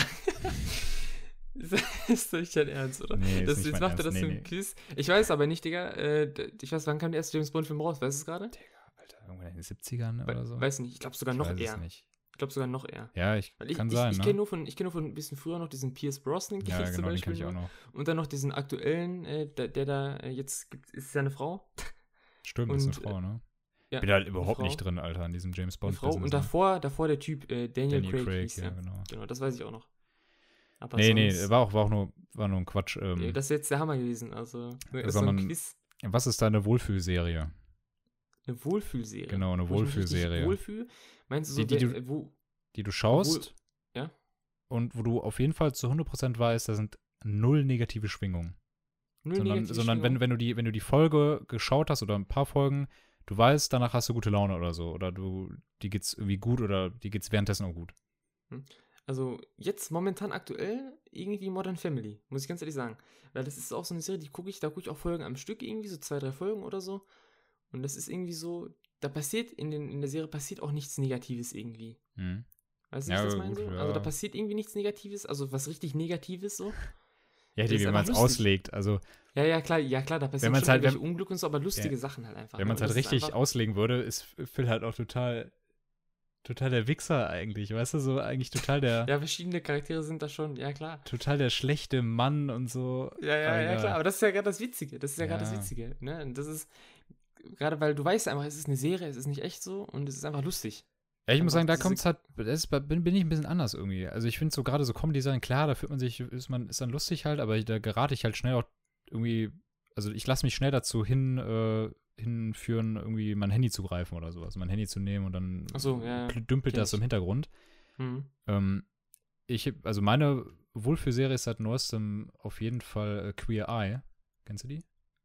S2: ist doch nicht dein Ernst, oder?
S1: Nee, ist nicht
S2: Jetzt
S1: mein
S2: macht er
S1: Ernst.
S2: das
S1: Nee,
S2: so ein
S1: nee.
S2: Quiz. Ich weiß aber nicht, Digga. Ich weiß, wann kam der erste James Bond-Film raus? Weißt du es gerade?
S1: Alter, irgendwann in den 70ern oder so?
S2: Weiß nicht. Ich glaube sogar
S1: Ich
S2: noch
S1: weiß
S2: eher.
S1: es nicht.
S2: Ich glaube sogar noch eher.
S1: Ja, kann sein,
S2: ich
S1: ne?
S2: kenne nur von ein bisschen früher noch diesen Pierce Brosnan,
S1: Ja,
S2: kenn ich zum
S1: genau, den
S2: Beispiel
S1: kann ich auch
S2: nur.
S1: noch.
S2: Und dann noch diesen aktuellen, der da jetzt gibt, ist seine Frau.
S1: Stimmt, ist eine
S2: Und,
S1: Frau, ne?
S2: Ja,
S1: Bin halt
S2: eine
S1: überhaupt
S2: Frau.
S1: nicht drin, Alter, in diesem James
S2: Eine
S1: Bond
S2: Frau.
S1: Business.
S2: Und
S1: Ne?
S2: davor der Typ, Daniel Craig hieß
S1: ja,
S2: der.
S1: genau.
S2: Genau, das weiß ich auch noch. Aber
S1: Nee,
S2: sonst,
S1: war auch nur ein Quatsch.
S2: das ist jetzt der Hammer gewesen. Also, ist so ein
S1: sondern-
S2: Quiz.
S1: Was ist deine Wohlfühlserie?
S2: Eine Wohlfühlserie.
S1: Genau, eine
S2: Wo ich mich richtig
S1: Wohlfühlserie.
S2: Wohlfühl. Meinst du so,
S1: Die du-
S2: wo?
S1: Die du schaust
S2: Ja.
S1: und wo du auf jeden Fall zu 100% weißt, da sind null negative Schwingungen.
S2: Null
S1: Sondern
S2: negative
S1: wenn,
S2: Schwingung?
S1: wenn du die Folge geschaut hast oder ein paar Folgen, du weißt, danach hast du gute Laune oder so. Oder die geht's irgendwie gut oder die geht's währenddessen auch gut.
S2: Also jetzt momentan aktuell irgendwie Modern Family, muss ich ganz ehrlich sagen. Weil das ist auch so eine Serie, da gucke ich auch Folgen am Stück irgendwie, so 2, 3 Folgen oder so. Und das ist irgendwie so, da passiert in der Serie passiert auch nichts Negatives irgendwie.
S1: Mhm.
S2: Weißt du, wie
S1: Ja,
S2: ich das
S1: gut,
S2: meine? So?
S1: ja.
S2: Also da passiert irgendwie nichts Negatives, also was richtig Negatives so.
S1: Ja,
S2: Das ist
S1: wie man
S2: einfach
S1: es
S2: lustig.
S1: auslegt. Also,
S2: Ja, klar, da passieren
S1: man's
S2: schon
S1: halt-
S2: irgendwelche Unglück und so, aber lustige Sachen halt einfach.
S1: wenn
S2: ne?
S1: man es
S2: Und
S1: halt
S2: das ist
S1: richtig
S2: einfach-
S1: auslegen würde, ist Phil halt auch total der Wichser eigentlich. Weißt du, so eigentlich total der,
S2: Ja, verschiedene Charaktere sind da schon, ja klar.
S1: total der schlechte Mann und so.
S2: Ja,
S1: egal.
S2: klar, aber das ist ja gerade das Witzige. Das ist ja gerade das
S1: Ja.
S2: Witzige. Ne? Und das ist, gerade weil du weißt einfach, es ist eine Serie, es ist nicht echt so und es ist einfach lustig.
S1: Ja, ich muss sagen, da
S2: Einfach
S1: kommt es halt, bin ich ein bisschen anders irgendwie. Also ich finde so gerade so Comedy-Sachen, klar, da fühlt man sich, ist dann lustig halt, aber da gerate ich halt schnell auch irgendwie, also ich lasse mich schnell dazu hinführen, irgendwie mein Handy zu greifen oder sowas, mein Handy zu nehmen und dann
S2: Ach so, ja,
S1: dümpelt
S2: kenn
S1: das so im
S2: ich.
S1: Hintergrund.
S2: Mhm.
S1: Also meine Wohlfühlserie ist seit neuestem auf jeden Fall Queer Eye. Kennst du die?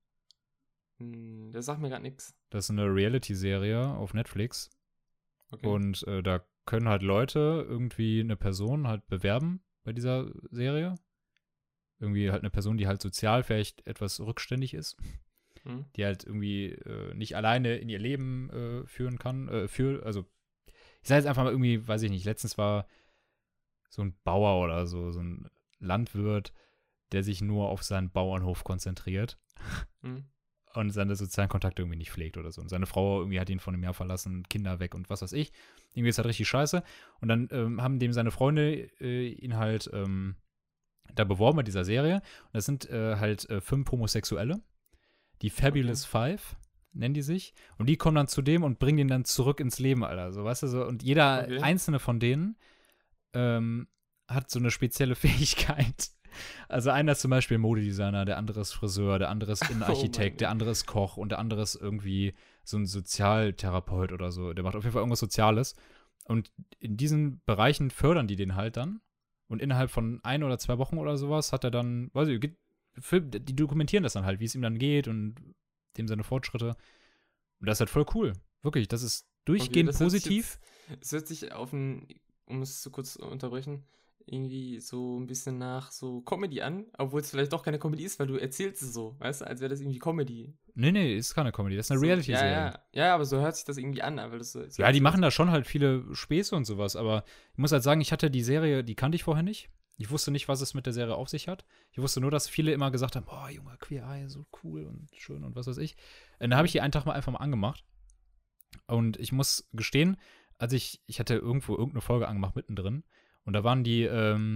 S2: Das sagt mir gerade nichts.
S1: Das ist eine Reality-Serie auf Netflix.
S2: Okay.
S1: Und da können halt Leute irgendwie eine Person halt bewerben bei dieser Serie. Irgendwie halt eine Person, die halt sozial vielleicht etwas rückständig ist.
S2: Mhm.
S1: Die halt irgendwie nicht alleine in ihr Leben führen kann. Also, ich sage jetzt einfach mal irgendwie, weiß ich nicht, letztens war so ein Bauer oder so ein Landwirt, der sich nur auf seinen Bauernhof konzentriert und seine sozialen Kontakte irgendwie nicht pflegt oder so. Und seine Frau irgendwie hat ihn von einem Jahr verlassen, Kinder weg und was weiß ich. Irgendwie ist halt richtig scheiße. Und dann haben dem seine Freunde ihn halt da beworben bei dieser Serie. Und das sind halt 5 Homosexuelle. Die Fabulous Five nennen die sich. Und die kommen dann zu dem und bringen ihn dann zurück ins Leben, Alter. So, weißt du, so. Und jeder einzelne von denen hat so eine spezielle Fähigkeit. Also einer ist zum Beispiel Modedesigner, der andere ist Friseur, der andere ist Innenarchitekt, der andere ist Koch und der andere ist irgendwie so ein Sozialtherapeut oder so. Der macht auf jeden Fall irgendwas Soziales. Und in diesen Bereichen fördern die den halt dann. Und innerhalb von 1 oder 2 Wochen oder sowas hat er dann, weiß ich, die dokumentieren das dann halt, wie es ihm dann geht und dem seine Fortschritte. Und das ist halt voll cool. Wirklich, das ist durchgehend positiv.
S2: Es hört sich um es zu kurz zu unterbrechen, irgendwie so ein bisschen nach so Comedy an, obwohl es vielleicht doch keine Comedy ist, weil du erzählst es so, weißt du, als wäre das irgendwie Comedy.
S1: Nee, ist keine Comedy, das ist eine Reality-Serie.
S2: Ja, aber so hört sich das irgendwie an. Weil das so,
S1: ja, die machen da schon halt viele Späße und sowas, aber ich muss halt sagen, ich hatte die Serie, die kannte ich vorher nicht. Ich wusste nicht, was es mit der Serie auf sich hat. Ich wusste nur, dass viele immer gesagt haben, boah, Junge, Queer Eye, so cool und schön und was weiß ich. Und da habe ich die einen Tag mal einfach mal angemacht. Und ich muss gestehen, ich hatte irgendeine Folge angemacht mittendrin. Und da waren die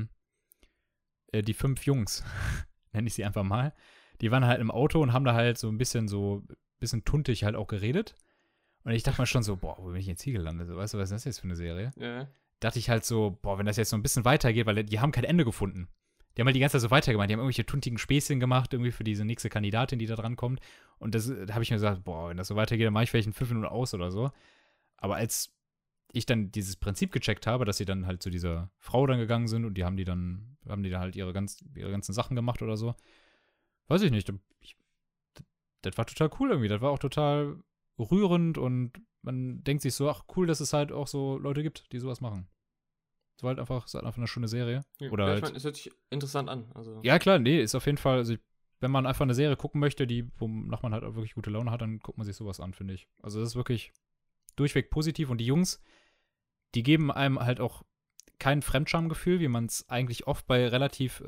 S1: 5 Jungs, nenne ich sie einfach mal. Die waren halt im Auto und haben da halt so ein bisschen tuntig halt auch geredet. Und ich dachte mal schon so, boah, wo bin ich jetzt hier gelandet? Weißt du, was ist das jetzt für eine Serie?
S2: Ja.
S1: Dachte ich halt so, boah, wenn das jetzt so ein bisschen weitergeht, weil die haben kein Ende gefunden. Die haben halt die ganze Zeit so weitergemacht. Die haben irgendwelche tuntigen Späßchen gemacht, irgendwie für diese nächste Kandidatin, die da dran kommt. Und da habe ich mir gesagt, boah, wenn das so weitergeht, dann mache ich vielleicht in 5 Minuten aus oder so. Aber als ich dann dieses Prinzip gecheckt habe, dass sie dann halt zu dieser Frau dann gegangen sind und haben die dann halt ihre ganzen Sachen gemacht oder so. Weiß ich nicht. Das war total cool irgendwie. Das war auch total rührend und man denkt sich so, ach cool, dass es halt auch so Leute gibt, die sowas machen. Es war halt einfach eine schöne Serie.
S2: Ja,
S1: oder halt,
S2: ich meine, es hört sich interessant an. Also.
S1: Ja, klar, nee, ist auf jeden Fall, also wenn man einfach eine Serie gucken möchte, wonach man halt auch wirklich gute Laune hat, dann guckt man sich sowas an, finde ich. Also das ist wirklich durchweg positiv und die Jungs, die geben einem halt auch kein Fremdschamgefühl, wie man es eigentlich oft bei relativ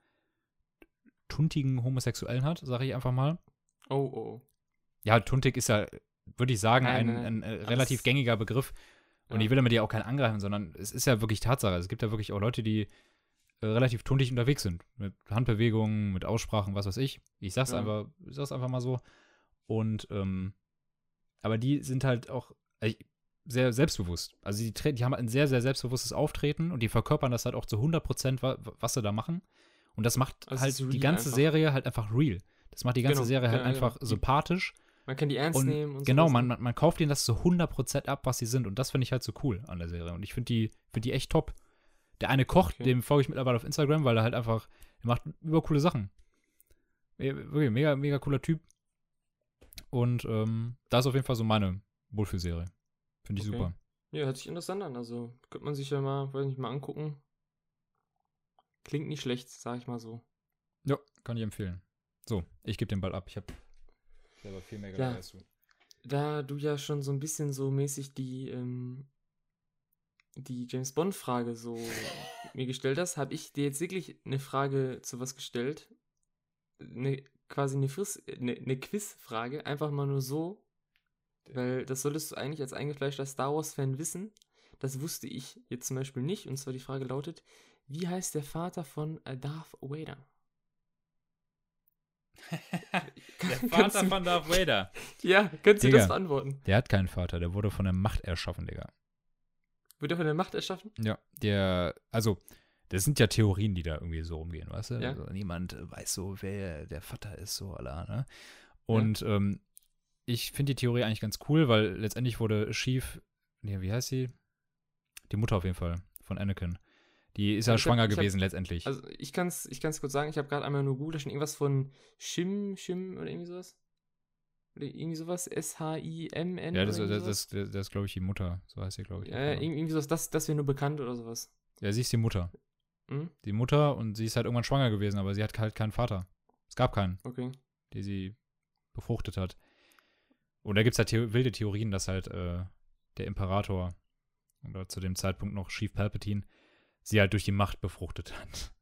S1: tuntigen Homosexuellen hat, sage ich einfach mal.
S2: Oh.
S1: Ja, tuntig ist ja, würde ich sagen,
S2: Nein.
S1: ein relativ gängiger Begriff. Und ich will damit ja auch keinen angreifen, sondern es ist ja wirklich Tatsache. Es gibt ja wirklich auch Leute, die relativ tuntig unterwegs sind. Mit Handbewegungen, mit Aussprachen, was weiß ich. Ich sag's einfach mal so. Und, aber die sind halt auch sehr selbstbewusst. Also die haben ein sehr, sehr selbstbewusstes Auftreten und die verkörpern das halt auch zu 100%, was sie da machen. Und das macht halt die ganze Serie halt einfach real. Das macht die ganze Serie halt einfach sympathisch.
S2: Man kann die ernst nehmen und so.
S1: Genau, man kauft ihnen das zu 100% ab, was sie sind. Und das finde ich halt so cool an der Serie. Und ich finde die echt top. Der eine Koch, dem folge ich mittlerweile auf Instagram, weil er macht übercoole Sachen. Wirklich, mega, mega cooler Typ. Und da ist auf jeden Fall so meine Wohlfühlserie. Finde ich super.
S2: Ja, hört sich interessant an. Also könnte man sich ja mal angucken. Klingt nicht schlecht, sag ich mal so.
S1: Ja, kann ich empfehlen. So, ich gebe den Ball ab. Ich habe selber viel mehr gelernt als du.
S2: Da du ja schon so ein bisschen so mäßig die James-Bond-Frage so mir gestellt hast, habe ich dir jetzt wirklich eine Frage zu was gestellt. Quasi eine Quiz-Frage. Einfach mal nur so, weil das solltest du eigentlich als eingefleischter Star Wars-Fan wissen. Das wusste ich jetzt zum Beispiel nicht. Und zwar die Frage lautet, wie heißt der Vater von Darth Vader?
S1: Der Vater von Darth Vader.
S2: Ja, könntest du das beantworten?
S1: Der hat keinen Vater, der wurde von der Macht erschaffen, Digga.
S2: Wurde er von der Macht erschaffen?
S1: Ja, das sind ja Theorien, die da irgendwie so rumgehen, weißt du?
S2: Ja.
S1: Also, niemand weiß so, wer der Vater ist, so Allah, ne? Und ich finde die Theorie eigentlich ganz cool, weil letztendlich wurde wie heißt sie? Die Mutter auf jeden Fall von Anakin. Die ist ja schwanger gewesen letztendlich.
S2: Also ich kann's kurz sagen, ich habe gerade einmal nur googelt, da schon irgendwas von Shim oder irgendwie sowas. Oder irgendwie sowas, SHIMN.
S1: Ja, das ist, glaube ich, die Mutter, so heißt sie, glaube ich.
S2: Ja, irgendwie sowas, das wäre nur bekannt oder sowas.
S1: Ja, sie ist die Mutter.
S2: Hm?
S1: Die Mutter und sie ist halt irgendwann schwanger gewesen, aber sie hat halt keinen Vater. Es gab keinen, der sie befruchtet hat. Und da gibt es halt wilde Theorien, dass halt der Imperator oder zu dem Zeitpunkt noch Chief Palpatine sie halt durch die Macht befruchtet hat.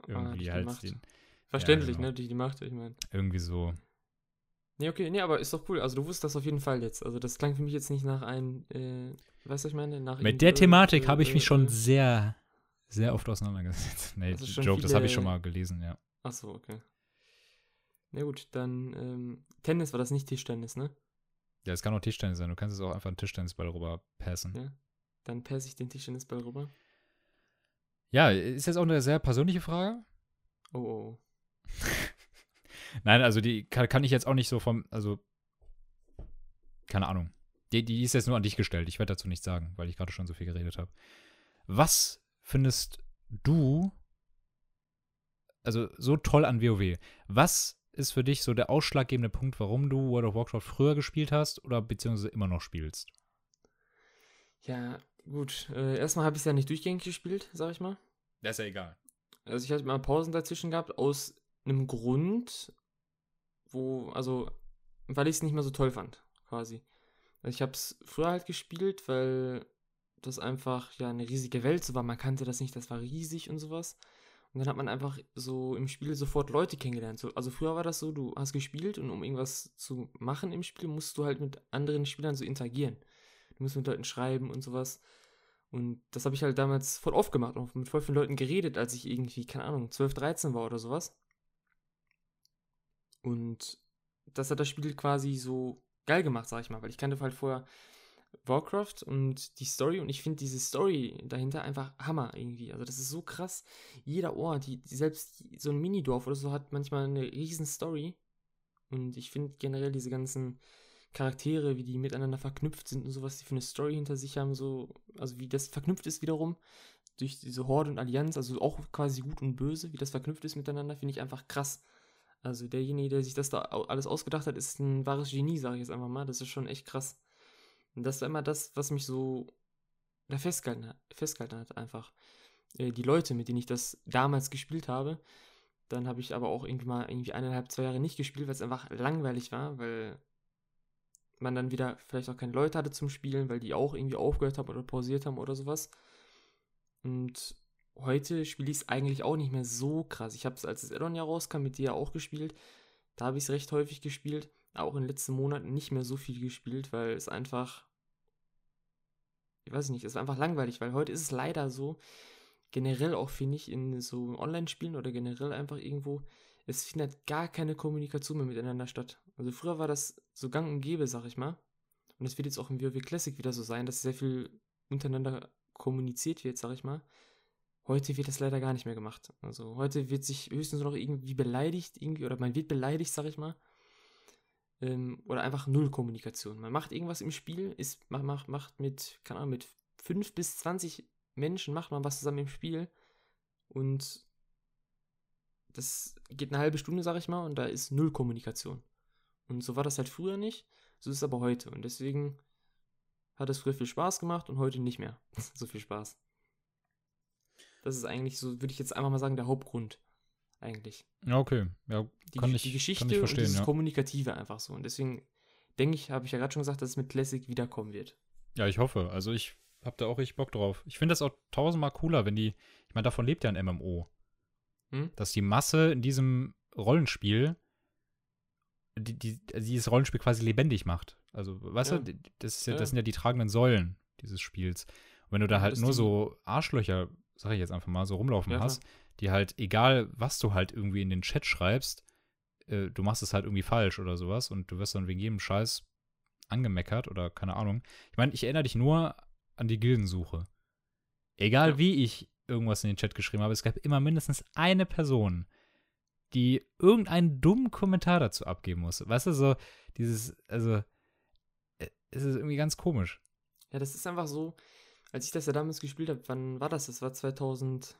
S1: irgendwie
S2: durch die
S1: halt
S2: Macht.
S1: den.
S2: Verständlich,
S1: genau.
S2: ne? Durch die Macht, ich meine.
S1: Irgendwie so.
S2: Nee, okay, nee, aber ist doch cool. Also du wusstest das auf jeden Fall jetzt. Also das klang für mich jetzt nicht nach weißt du, was ich meine? Nach
S1: Mit
S2: irgendwie,
S1: der Thematik habe ich mich schon sehr, sehr oft auseinandergesetzt. Nee,
S2: also schon
S1: Joke, das habe ich schon
S2: viele-
S1: mal gelesen, ja.
S2: Achso, okay. Na gut, dann Tennis war das nicht Tischtennis, ne?
S1: Ja, es kann auch Tischtennis sein. Du kannst es auch einfach einen Tischtennisball rüber passen.
S2: Ja. Dann passe ich den Tischtennisball rüber.
S1: Ja, ist jetzt auch eine sehr persönliche Frage.
S2: Oh, oh.
S1: Nein, also die kann ich jetzt auch nicht so also, keine Ahnung. Die ist jetzt nur an dich gestellt. Ich werde dazu nichts sagen, weil ich gerade schon so viel geredet habe. Was findest du, also so toll an WoW? Was ist für dich so der ausschlaggebende Punkt, warum du World of Warcraft früher gespielt hast oder beziehungsweise immer noch spielst?
S2: Ja, gut. Erstmal habe ich es ja nicht durchgängig gespielt, sag ich mal.
S1: Das ist ja egal.
S2: Also ich hatte mal Pausen dazwischen gehabt, aus einem Grund, weil ich es nicht mehr so toll fand, quasi. Also ich habe es früher halt gespielt, weil das einfach ja eine riesige Welt so war. Man kannte das nicht, das war riesig und sowas. Und dann hat man einfach so im Spiel sofort Leute kennengelernt. Also früher war das so, du hast gespielt und um irgendwas zu machen im Spiel, musst du halt mit anderen Spielern so interagieren. Du musst mit Leuten schreiben und sowas. Und das habe ich halt damals voll oft gemacht und mit voll vielen Leuten geredet, als ich irgendwie, keine Ahnung, 12, 13 war oder sowas. Und das hat das Spiel quasi so geil gemacht, sag ich mal, weil ich kannte halt vorher Warcraft und die Story und ich finde diese Story dahinter einfach Hammer irgendwie. Also das ist so krass. Jeder Ort, selbst so ein Minidorf oder so hat manchmal eine riesen Story. Und ich finde generell diese ganzen Charaktere, wie die miteinander verknüpft sind und sowas, die für eine Story hinter sich haben, so, also wie das verknüpft ist wiederum durch diese Horde und Allianz, also auch quasi gut und böse, wie das verknüpft ist miteinander, finde ich einfach krass. Also derjenige, der sich das da alles ausgedacht hat, ist ein wahres Genie, sage ich jetzt einfach mal. Das ist schon echt krass. Und das war immer das, was mich so da festgehalten hat einfach. Die Leute, mit denen ich das damals gespielt habe. Dann habe ich aber auch irgendwie mal 1,5, 2 Jahre nicht gespielt, weil es einfach langweilig war, weil man dann wieder vielleicht auch keine Leute hatte zum Spielen, weil die auch irgendwie aufgehört haben oder pausiert haben oder sowas. Und heute spiele ich es eigentlich auch nicht mehr so krass. Ich habe es, als das Add-on ja rauskam, mit dir ja auch gespielt. Da habe ich es recht häufig gespielt. Auch in den letzten Monaten nicht mehr so viel gespielt, weil es einfach, ich weiß nicht, es war einfach langweilig, weil heute ist es leider so, generell auch finde ich, in so Online-Spielen oder generell einfach irgendwo, es findet gar keine Kommunikation mehr miteinander statt. Also früher war das so gang und gäbe, sag ich mal. Und es wird jetzt auch im WoW Classic wieder so sein, dass sehr viel untereinander kommuniziert wird, sag ich mal. Heute wird das leider gar nicht mehr gemacht. Also heute wird sich höchstens noch irgendwie beleidigt, oder man wird beleidigt, sag ich mal. Oder einfach null Kommunikation. Man macht irgendwas im Spiel, macht mit, keine Ahnung, mit 5 bis 20 Menschen macht man was zusammen im Spiel und das geht eine halbe Stunde, sag ich mal, und da ist null Kommunikation. Und so war das halt früher nicht, so ist es aber heute. Und deswegen hat es früher viel Spaß gemacht und heute nicht mehr so viel Spaß. Das ist eigentlich so, würde ich jetzt einfach mal sagen, der Hauptgrund. Eigentlich.
S1: Ja, okay. Ja,
S2: Die
S1: kann
S2: Geschichte
S1: ich
S2: und
S1: verstehen,
S2: dieses
S1: ja.
S2: Kommunikative einfach so. Und deswegen denke ich, habe ich ja gerade schon gesagt, dass es mit Classic wiederkommen wird.
S1: Ja, ich hoffe. Also ich habe da auch richtig Bock drauf. Ich finde das auch tausendmal cooler, wenn ich meine, davon lebt ja ein MMO. Dass die Masse in diesem Rollenspiel dieses Rollenspiel quasi lebendig macht. Also, weißt
S2: Ja.
S1: du, das sind ja die tragenden Säulen dieses Spiels. Und wenn du da halt nur so Arschlöcher, sag ich jetzt einfach mal, so rumlaufen hast, die halt, egal was du halt irgendwie in den Chat schreibst, du machst es halt irgendwie falsch oder sowas und du wirst dann wegen jedem Scheiß angemeckert oder keine Ahnung. Ich meine, ich erinnere dich nur an die Gildensuche. Egal wie ich irgendwas in den Chat geschrieben habe, es gab immer mindestens eine Person, die irgendeinen dummen Kommentar dazu abgeben musste. Weißt du, so dieses, also, es ist irgendwie ganz komisch.
S2: Ja, das ist einfach so, als ich das ja damals gespielt habe, wann war das? Das war 2008,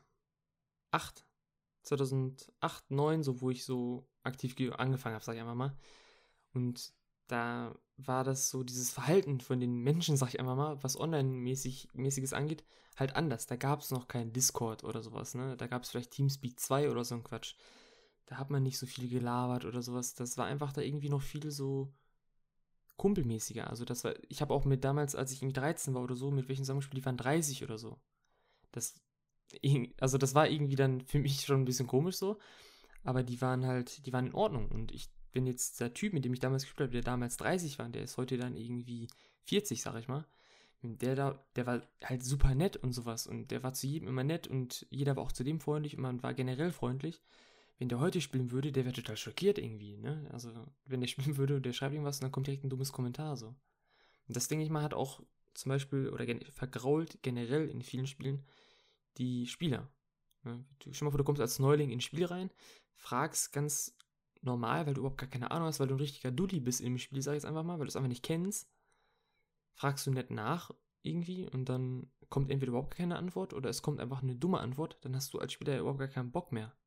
S2: 2009, so wo ich so aktiv angefangen habe, sag ich einfach mal. Und da war das so, dieses Verhalten von den Menschen, sag ich einfach mal, was Online-mäßiges angeht, halt anders. Da gab es noch keinen Discord oder sowas, ne? Da gab es vielleicht Teamspeak 2 oder so ein Quatsch. Da hat man nicht so viel gelabert oder sowas. Das war einfach da irgendwie noch viel so kumpelmäßiger. Also ich habe auch mit damals, als ich irgendwie 13 war oder so, mit welchen zusammengespielt, die waren 30 oder so. Das also das war irgendwie dann für mich schon ein bisschen komisch so, aber die waren in Ordnung. Und wenn jetzt der Typ, mit dem ich damals gespielt habe, der damals 30 war, und der ist heute dann irgendwie 40, sag ich mal, und der war halt super nett und sowas und der war zu jedem immer nett und jeder war auch zu dem freundlich und man war generell freundlich. Wenn der heute spielen würde, der wäre total schockiert irgendwie, ne? Also, wenn der spielen würde und der schreibt irgendwas und dann kommt direkt ein dummes Kommentar so. Und das, denke ich mal, hat auch zum Beispiel oder vergrault generell in vielen Spielen die Spieler. Ne? Stell dir mal vor, du kommst als Neuling in ein Spiel rein, fragst ganz normal, weil du überhaupt gar keine Ahnung hast, weil du ein richtiger Dulli bist im Spiel, sag ich jetzt einfach mal, weil du es einfach nicht kennst, fragst du nett nach irgendwie und dann kommt entweder überhaupt keine Antwort oder es kommt einfach eine dumme Antwort, dann hast du als Spieler ja überhaupt gar keinen Bock mehr.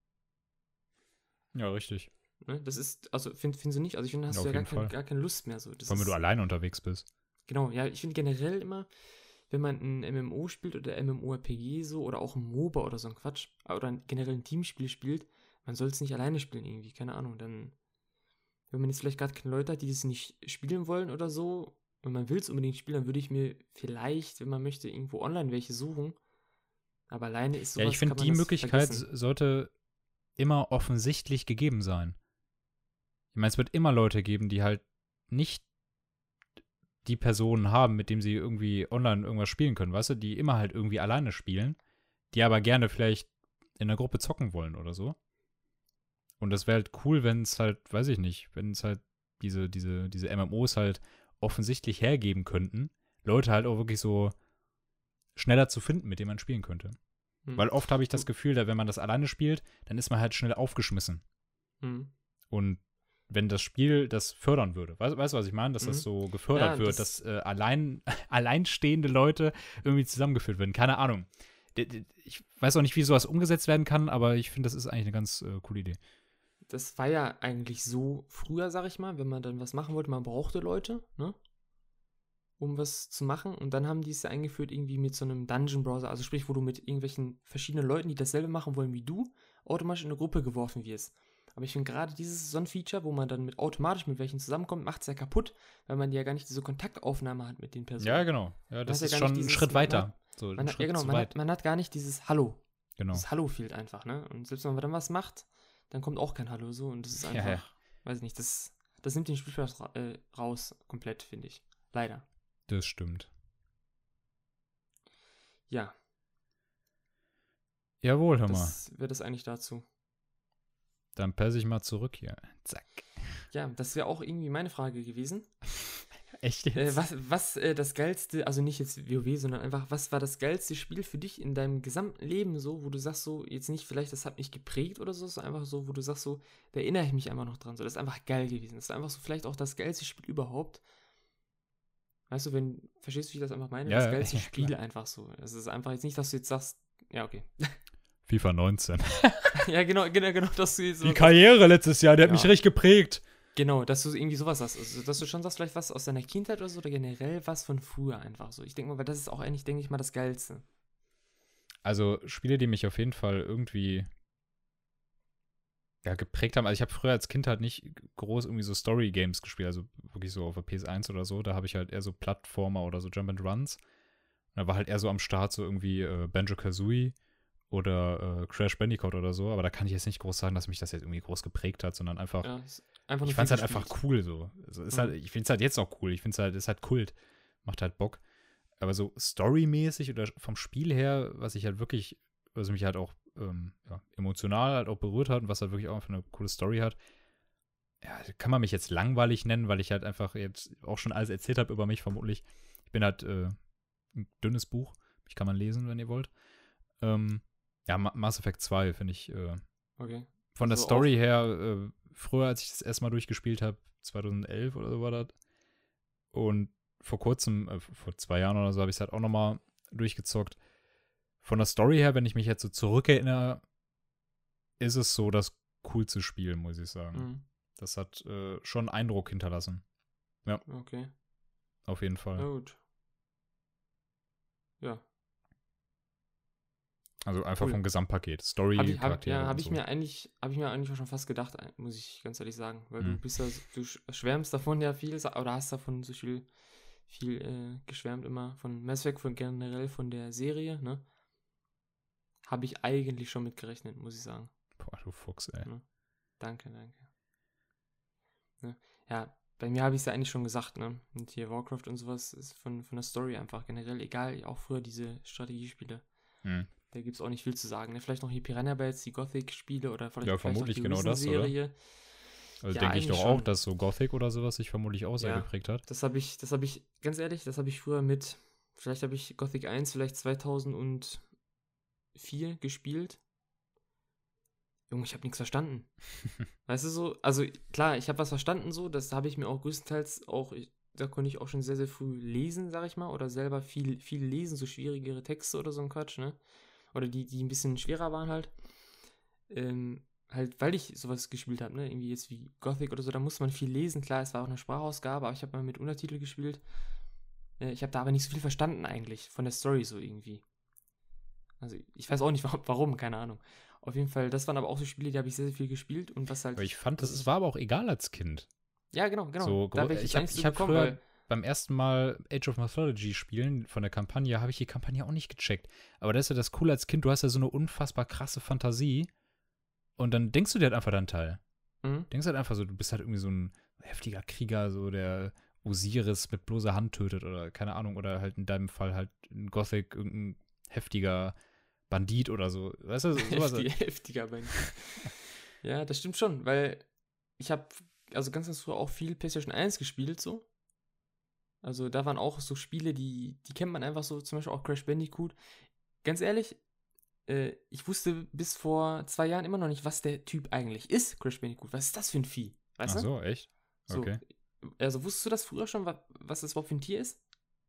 S1: Ja, richtig.
S2: Ne? Das ist, also findest du nicht, also ich finde, hast
S1: Ja,
S2: du ja
S1: auf jeden Fall.
S2: gar keine Lust mehr so.
S1: Vor allem, wenn du alleine unterwegs bist.
S2: Genau, ja, ich finde generell immer, wenn man ein MMO spielt oder MMORPG so oder auch ein MOBA oder so ein Quatsch oder generell ein Teamspiel spielt, man soll es nicht alleine spielen irgendwie, keine Ahnung, dann, wenn man jetzt vielleicht gerade keine Leute hat, die das nicht spielen wollen oder so und man will es unbedingt spielen, dann würde ich mir vielleicht, wenn man möchte, irgendwo online welche suchen, aber alleine ist sowas,
S1: Ja, ich finde,
S2: kann man
S1: die
S2: das
S1: Möglichkeit
S2: vergessen.
S1: sollte immer offensichtlich gegeben sein. Ich meine, es wird immer Leute geben, die halt nicht die Personen haben, mit denen sie irgendwie online irgendwas spielen können, weißt du, die immer halt irgendwie alleine spielen, die aber gerne vielleicht in der Gruppe zocken wollen oder so. Und das wäre halt cool, wenn es halt, weiß ich nicht, wenn es halt diese MMOs halt offensichtlich hergeben könnten, Leute halt auch wirklich so schneller zu finden, mit denen man spielen könnte. Weil oft habe ich das Gefühl, dass wenn man das alleine spielt, dann ist man halt schnell aufgeschmissen. Und wenn das Spiel das fördern würde, weißt du, was ich meine? Dass das so gefördert wird, dass alleinstehende Leute irgendwie zusammengeführt werden. Keine Ahnung. Ich weiß auch nicht, wie sowas umgesetzt werden kann, aber ich finde, das ist eigentlich eine ganz coole Idee.
S2: Das war ja eigentlich so früher, sag ich mal, wenn man dann was machen wollte, man brauchte Leute, ne? Um was zu machen. Und dann haben die es ja eingeführt irgendwie mit so einem Dungeon-Browser, also sprich, wo du mit irgendwelchen verschiedenen Leuten, die dasselbe machen wollen wie du, automatisch in eine Gruppe geworfen wirst. Aber ich finde gerade dieses so ein Feature, wo man dann automatisch mit welchen zusammenkommt, macht es ja kaputt, weil man ja gar nicht diese Kontaktaufnahme hat mit den Personen.
S1: Ja, genau. Ja, das ist
S2: ja
S1: schon ein Schritt weiter.
S2: Man hat gar nicht dieses Hallo.
S1: Genau.
S2: Das Hallo fehlt einfach, ne? Und selbst wenn man dann was macht, dann kommt auch kein Hallo so und das ist einfach, weiß ich nicht, das nimmt den Spielspaß raus, komplett, finde ich. Leider.
S1: Das stimmt.
S2: Ja.
S1: Jawohl, hör mal.
S2: Das wäre das eigentlich dazu.
S1: Dann passe ich mal zurück hier. Zack.
S2: Ja, das wäre auch irgendwie meine Frage gewesen.
S1: Echt jetzt?
S2: Was das geilste, also nicht jetzt WoW, sondern einfach, was war das geilste Spiel für dich in deinem gesamten Leben so, wo du sagst so, jetzt nicht vielleicht, das hat mich geprägt oder so, sondern einfach so, wo du sagst so, da erinnere ich mich einfach noch dran, so, das ist einfach geil gewesen. Das ist einfach so vielleicht auch das geilste Spiel überhaupt. Weißt du, verstehst du, wie ich das einfach meine?
S1: Ja,
S2: das geilste Spiel
S1: klar.
S2: einfach so. Es ist einfach jetzt nicht, dass du jetzt sagst, ja, okay.
S1: FIFA 19.
S2: Ja, genau, dass du jetzt
S1: Die Karriere letztes Jahr, die hat
S2: Ja.
S1: mich richtig geprägt.
S2: Genau, dass du irgendwie sowas hast. Also, dass du schon sagst, vielleicht was aus deiner Kindheit oder so, oder generell was von früher einfach so. Ich denke mal, weil das ist auch eigentlich, denke ich mal, das Geilste.
S1: Also Spiele, die mich auf jeden Fall irgendwie geprägt haben. Also ich habe früher als Kind halt nicht groß irgendwie so Story-Games gespielt, also wirklich so auf der PS1 oder so. Da habe ich halt eher so Plattformer oder so Jump and Runs. Und da war halt eher so am Start so irgendwie Banjo-Kazooie oder Crash Bandicoot oder so. Aber da kann ich jetzt nicht groß sagen, dass mich das jetzt irgendwie groß geprägt hat, sondern einfach, ich fand es halt einfach cool so. Also ist halt, ich finde es halt jetzt auch cool. Ich finde es halt, ist halt Kult. Macht halt Bock. Aber so storymäßig oder vom Spiel her, was mich halt auch emotional halt auch berührt hat und was halt wirklich auch eine coole Story hat, ja, kann man mich jetzt langweilig nennen, weil ich halt einfach jetzt auch schon alles erzählt habe über mich vermutlich. Ich bin halt ein dünnes Buch. Ich kann man lesen, wenn ihr wollt. Mass Effect 2 finde ich
S2: okay.
S1: Von der Story her, früher, als ich das erste Mal durchgespielt habe, 2011 oder so war das. Und vor kurzem, vor 2 Jahren oder so, habe ich es halt auch nochmal durchgezockt. Von der Story her, wenn ich mich jetzt so zurückerinnere, ist es so das coolste Spiel, muss ich sagen.
S2: Mhm.
S1: Das hat schon einen Eindruck hinterlassen. Ja.
S2: Okay.
S1: Auf jeden Fall.
S2: Na gut. Ja.
S1: Also einfach vom Gesamtpaket. Story, Charaktere.
S2: Habe ich mir eigentlich schon fast gedacht, muss ich ganz ehrlich sagen. Weil du bist ja, du schwärmst davon ja viel, oder hast davon so viel geschwärmt immer von Mass Effect, generell von der Serie, ne? habe ich eigentlich schon mitgerechnet, muss ich sagen.
S1: Boah, du Fuchs, ey.
S2: Ne? Danke. Ne? Ja, bei mir habe ich es ja eigentlich schon gesagt, ne? Und hier Warcraft und sowas ist von der Story einfach generell egal, auch früher diese Strategiespiele.
S1: Hm.
S2: Da gibt es auch nicht viel zu sagen. Ne? Vielleicht noch hier Piranha Bytes, die Gothic-Spiele oder vielleicht,
S1: Ja,
S2: vielleicht noch
S1: vermutlich
S2: die
S1: genau das, oder?
S2: Risen-Serie.
S1: Also
S2: Ja,
S1: denke ich
S2: eigentlich
S1: doch auch,
S2: schon.
S1: dass so Gothic oder sowas sich vermutlich auch sehr
S2: Ja,
S1: geprägt hat.
S2: das habe ich, ganz ehrlich, das habe ich früher vielleicht habe ich Gothic 1 vielleicht 2004 gespielt. Junge, ich habe nichts verstanden. Weißt du so? Also klar, ich habe was verstanden so, das habe ich mir auch größtenteils da konnte ich auch schon sehr, sehr früh lesen, sag ich mal, oder selber viel lesen, so schwierigere Texte oder so ein Quatsch, ne? Oder die ein bisschen schwerer waren halt. Halt, weil ich sowas gespielt habe, ne? Irgendwie jetzt wie Gothic oder so, da musste man viel lesen. Klar, es war auch eine Sprachausgabe, aber ich habe mal mit Untertitel gespielt. Ich habe da aber nicht so viel verstanden eigentlich von der Story so irgendwie. Also ich weiß auch nicht warum, keine Ahnung. Auf jeden Fall, das waren aber auch so Spiele, die habe ich sehr, sehr viel gespielt und was halt.
S1: Aber ich fand,
S2: was
S1: es war aber auch egal als Kind.
S2: Ja, genau.
S1: So,
S2: Da wäre ich jetzt eigentlich
S1: ich
S2: so
S1: habe
S2: gekommen,
S1: früher
S2: weil.
S1: beim ersten Mal Age of Mythology spielen von der Kampagne, habe ich die Kampagne auch nicht gecheckt. Aber das ist ja das Coole als Kind, du hast ja so eine unfassbar krasse Fantasie und dann denkst du dir halt einfach deinen Teil. Denkst halt einfach so, du bist halt irgendwie so ein heftiger Krieger, so der Osiris mit bloßer Hand tötet oder keine Ahnung, oder halt in deinem Fall halt ein Gothic, irgendein heftiger Bandit oder so. Weißt du, sowas.
S2: Heftiger Bandit. Ja, das stimmt schon, weil ich habe also ganz früher auch viel PlayStation 1 gespielt, so. Also da waren auch so Spiele, die kennt man einfach so, zum Beispiel auch Crash Bandicoot. Ganz ehrlich, ich wusste bis vor 2 Jahren immer noch nicht, was der Typ eigentlich ist, Crash Bandicoot. Was ist das für ein Vieh? Weißt
S1: Ach
S2: du?
S1: so, echt?
S2: So,
S1: Okay.
S2: also wusstest du das früher schon, was das überhaupt für ein Tier ist?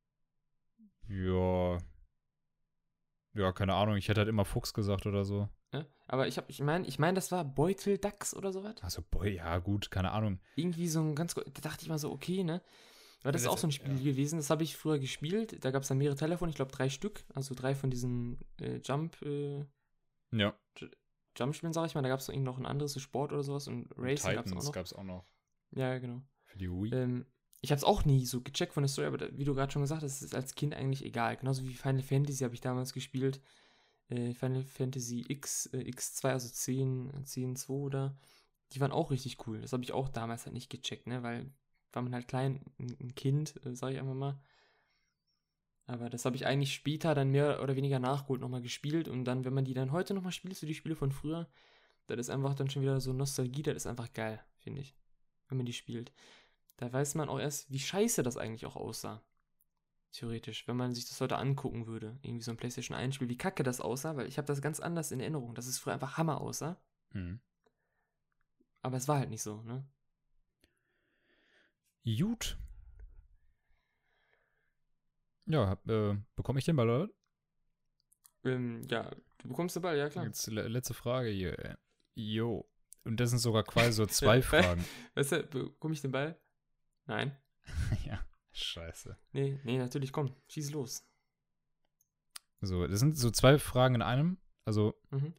S1: Ja. Ja, keine Ahnung, ich hätte halt immer Fuchs gesagt oder so.
S2: Ja? Aber ich meine, das war Beuteldachs oder sowas.
S1: Also, boy, ja, gut, keine Ahnung.
S2: Irgendwie so ein da dachte ich mal so, okay, ne? Weil das ist auch so ein Spiel gewesen, das habe ich früher gespielt. Da gab es dann mehrere Teile von, ich glaube 3 Stück. Also 3 von diesen
S1: Ja.
S2: Jump-Spielen, sag ich mal. Da gab es noch ein anderes, so Sport oder sowas. Und Racing gab es auch
S1: Titans
S2: noch.
S1: gab es auch noch.
S2: Ja, genau.
S1: Für die Wii.
S2: Ich habe es auch nie so gecheckt von der Story, aber wie du gerade schon gesagt hast, ist als Kind eigentlich egal. Genauso wie Final Fantasy habe ich damals gespielt. Final Fantasy X2, also 10.2 oder. Die waren auch richtig cool. Das habe ich auch damals halt nicht gecheckt, ne? Weil war man halt klein, ein Kind, sage ich einfach mal. Aber das habe ich eigentlich später dann mehr oder weniger nachgeholt, nochmal gespielt. Und dann, wenn man die dann heute nochmal spielt, so die Spiele von früher, das ist einfach dann schon wieder so Nostalgie, das ist einfach geil, finde ich. Wenn man die spielt. Da weiß man auch erst, wie scheiße das eigentlich auch aussah. Theoretisch, wenn man sich das heute angucken würde. Irgendwie so ein PlayStation 1-Spiel, wie kacke das aussah, weil ich habe das ganz anders in Erinnerung, dass es früher einfach Hammer aussah.
S1: Mhm.
S2: Aber es war halt nicht so, ne?
S1: Gut. Ja, bekomme ich den Ball, oder?
S2: Ja, du bekommst den Ball, ja klar.
S1: Jetzt letzte Frage hier, ey. Jo. Und das sind sogar quasi so 2 Fragen.
S2: Weißt du, bekomme ich den Ball? Nein.
S1: Ja, scheiße.
S2: Nee, natürlich, komm, schieß los.
S1: So, das sind so 2 Fragen in einem. Also,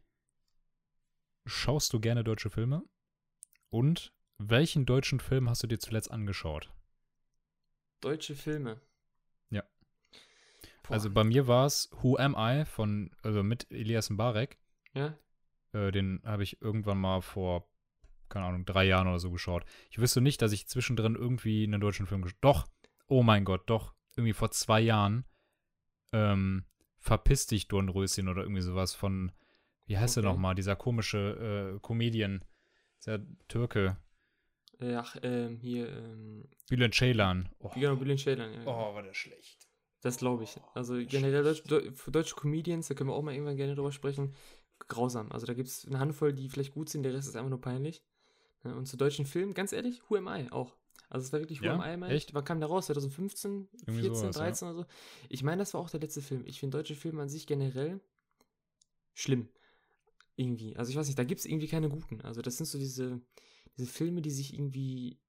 S1: schaust du gerne deutsche Filme? Und welchen deutschen Film hast du dir zuletzt angeschaut?
S2: Deutsche Filme.
S1: Ja.
S2: Boah.
S1: Also bei mir war es Who Am I mit Elias Mbarek.
S2: Ja?
S1: Den habe ich irgendwann mal vor, keine Ahnung, 3 Jahren oder so geschaut. Ich wüsste nicht, dass ich zwischendrin irgendwie einen deutschen Film geschaut habe. Doch, oh mein Gott, doch. Irgendwie vor 2 Jahren. Verpiss dich, Dornröschen oder irgendwie sowas von, wie heißt der nochmal, dieser komische Comedian, dieser Türke.
S2: Ach, hier,
S1: Bülent Ceylan.
S2: Oh. Genau, Bülent Ceylan, ja.
S1: Oh, war der schlecht.
S2: Das glaube ich. Also generell deutsche Comedians, da können wir auch mal irgendwann gerne drüber sprechen, grausam. Also da gibt es eine Handvoll, die vielleicht gut sind, der Rest ist einfach nur peinlich. Ja, und zu deutschen Filmen, ganz ehrlich, Who Am I auch. Also es war wirklich Who Am I, meine ich. Wann kam der raus? 2015, irgendwie 14, sowas, 13 oder so? Ich meine, das war auch der letzte Film. Ich finde deutsche Filme an sich generell schlimm. Irgendwie. Also ich weiß nicht, da gibt es irgendwie keine guten. Also das sind so diese Filme, die sich irgendwie,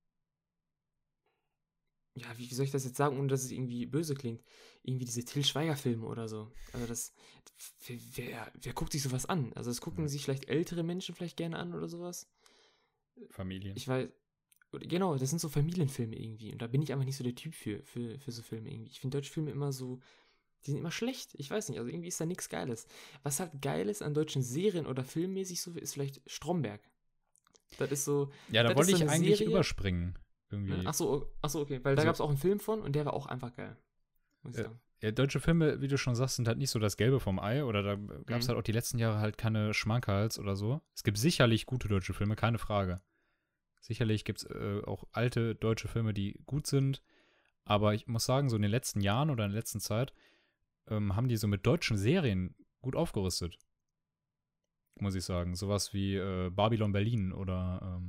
S2: ja, wie soll ich das jetzt sagen, ohne dass es irgendwie böse klingt? Irgendwie diese Til Schweiger-Filme oder so. Also das, wer guckt sich sowas an? Also das gucken sich vielleicht ältere Menschen vielleicht gerne an oder sowas.
S1: Familien.
S2: Ich weiß, genau, das sind so Familienfilme irgendwie. Und da bin ich einfach nicht so der Typ für so Filme irgendwie. Ich finde deutsche Filme immer so Die sind immer schlecht. Ich weiß nicht, also irgendwie ist da nichts Geiles. Was halt geil ist an deutschen Serien oder filmmäßig so, ist vielleicht Stromberg. Das ist so.
S1: Ja, da
S2: das
S1: wollte
S2: ist so
S1: ich
S2: eine
S1: eigentlich
S2: Serie.
S1: überspringen. Irgendwie.
S2: Achso, okay, weil da
S1: Also-
S2: gab es auch einen Film von und der war auch einfach geil. Muss ich sagen.
S1: Ja, deutsche Filme, wie du schon sagst, sind halt nicht so das Gelbe vom Ei. Oder da gab es halt auch die letzten Jahre halt keine Schmankerls oder so. Es gibt sicherlich gute deutsche Filme, keine Frage. Sicherlich gibt es auch alte deutsche Filme, die gut sind. Aber ich muss sagen, so in den letzten Jahren oder in der letzten Zeit haben die so mit deutschen Serien gut aufgerüstet. Muss ich sagen. Sowas wie Babylon Berlin oder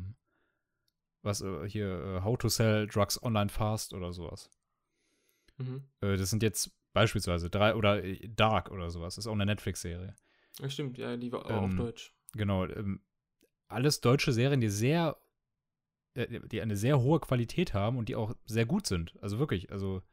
S1: How to Sell Drugs Online Fast oder sowas.
S2: Mhm.
S1: Das sind jetzt beispielsweise Dark oder sowas. Das ist auch eine Netflix-Serie.
S2: Ja, stimmt, ja, die war auch auf Deutsch.
S1: Genau. Alles deutsche Serien, die eine sehr hohe Qualität haben und die auch sehr gut sind. Also wirklich, also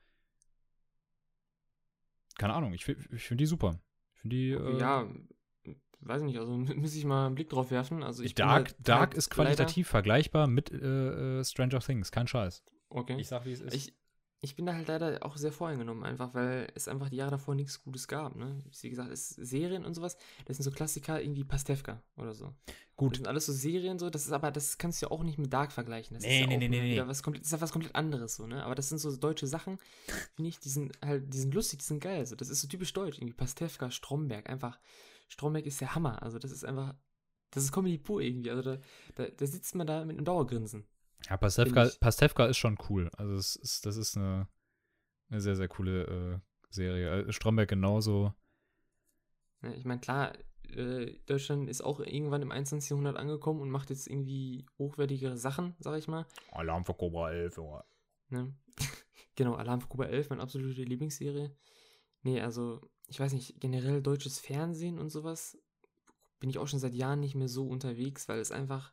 S1: keine Ahnung, ich finde die super. Ich finde die,
S2: Okay, ja, weiß nicht, also muss ich mal einen Blick drauf werfen. Also ich
S1: Dark
S2: halt
S1: ist qualitativ vergleichbar mit Stranger Things, kein Scheiß.
S2: Okay.
S1: Ich sag, wie es ist.
S2: Ich bin da halt leider auch sehr voreingenommen, einfach weil es einfach die Jahre davor nichts Gutes gab, ne? Wie gesagt, Serien und sowas, das sind so Klassiker, irgendwie Pastewka oder so.
S1: Gut.
S2: Das sind alles so Serien so, das kannst du ja auch nicht mit Dark vergleichen. Das
S1: Nee.
S2: das ist ja was komplett anderes so, ne? Aber das sind so deutsche Sachen, finde ich, die sind lustig, die sind geil. So. Das ist so typisch deutsch, irgendwie Pastewka, Stromberg, einfach. Stromberg ist der Hammer, also das ist Comedy pur irgendwie, also da sitzt man da mit einem Dauergrinsen.
S1: Ja, Pastewka ist schon cool. Also das ist eine sehr, sehr coole Serie. Stromberg genauso.
S2: Ja, ich meine, klar, Deutschland ist auch irgendwann im 21. Jahrhundert angekommen und macht jetzt irgendwie hochwertigere Sachen, sag ich mal.
S1: Alarm für Cobra 11, oder?
S2: Ne? Genau, Alarm für Cobra 11, meine absolute Lieblingsserie. Nee, also, ich weiß nicht, generell deutsches Fernsehen und sowas bin ich auch schon seit Jahren nicht mehr so unterwegs, weil es einfach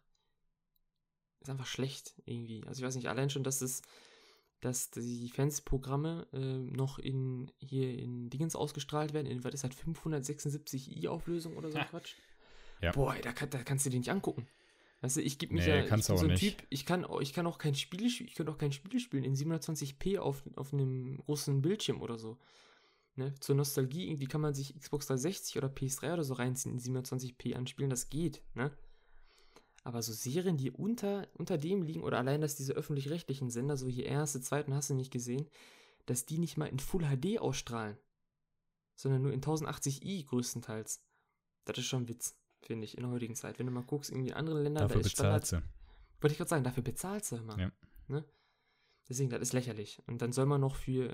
S2: schlecht irgendwie. Also ich weiß nicht, allein schon, dass die Fernsehprogramme noch hier in Dingens ausgestrahlt werden, was ist das, 576i Auflösung oder so Quatsch?
S1: Ja.
S2: Boah, da kannst du den nicht angucken. Weißt du, ich gebe mich
S1: ich bin so ein
S2: Typ, ich kann auch kein Spiel spielen in 720p auf einem großen Bildschirm oder so. Ne? Zur Nostalgie, irgendwie kann man sich Xbox 360 oder PS3 oder so reinziehen, in 720p anspielen, das geht, ne? Aber so Serien, die unter dem liegen, oder allein, dass diese öffentlich-rechtlichen Sender, so hier erste, zweiten, hast du nicht gesehen, dass die nicht mal in Full HD ausstrahlen, sondern nur in 1080i größtenteils. Das ist schon ein Witz, finde ich, in der heutigen Zeit. Wenn du mal guckst, irgendwie in anderen Ländern,
S1: dafür
S2: da ist Standard.
S1: bezahlst du.
S2: Wollte ich gerade sagen, dafür bezahlst du immer.
S1: Ja.
S2: Ne? Deswegen, das ist lächerlich. Und dann soll man noch für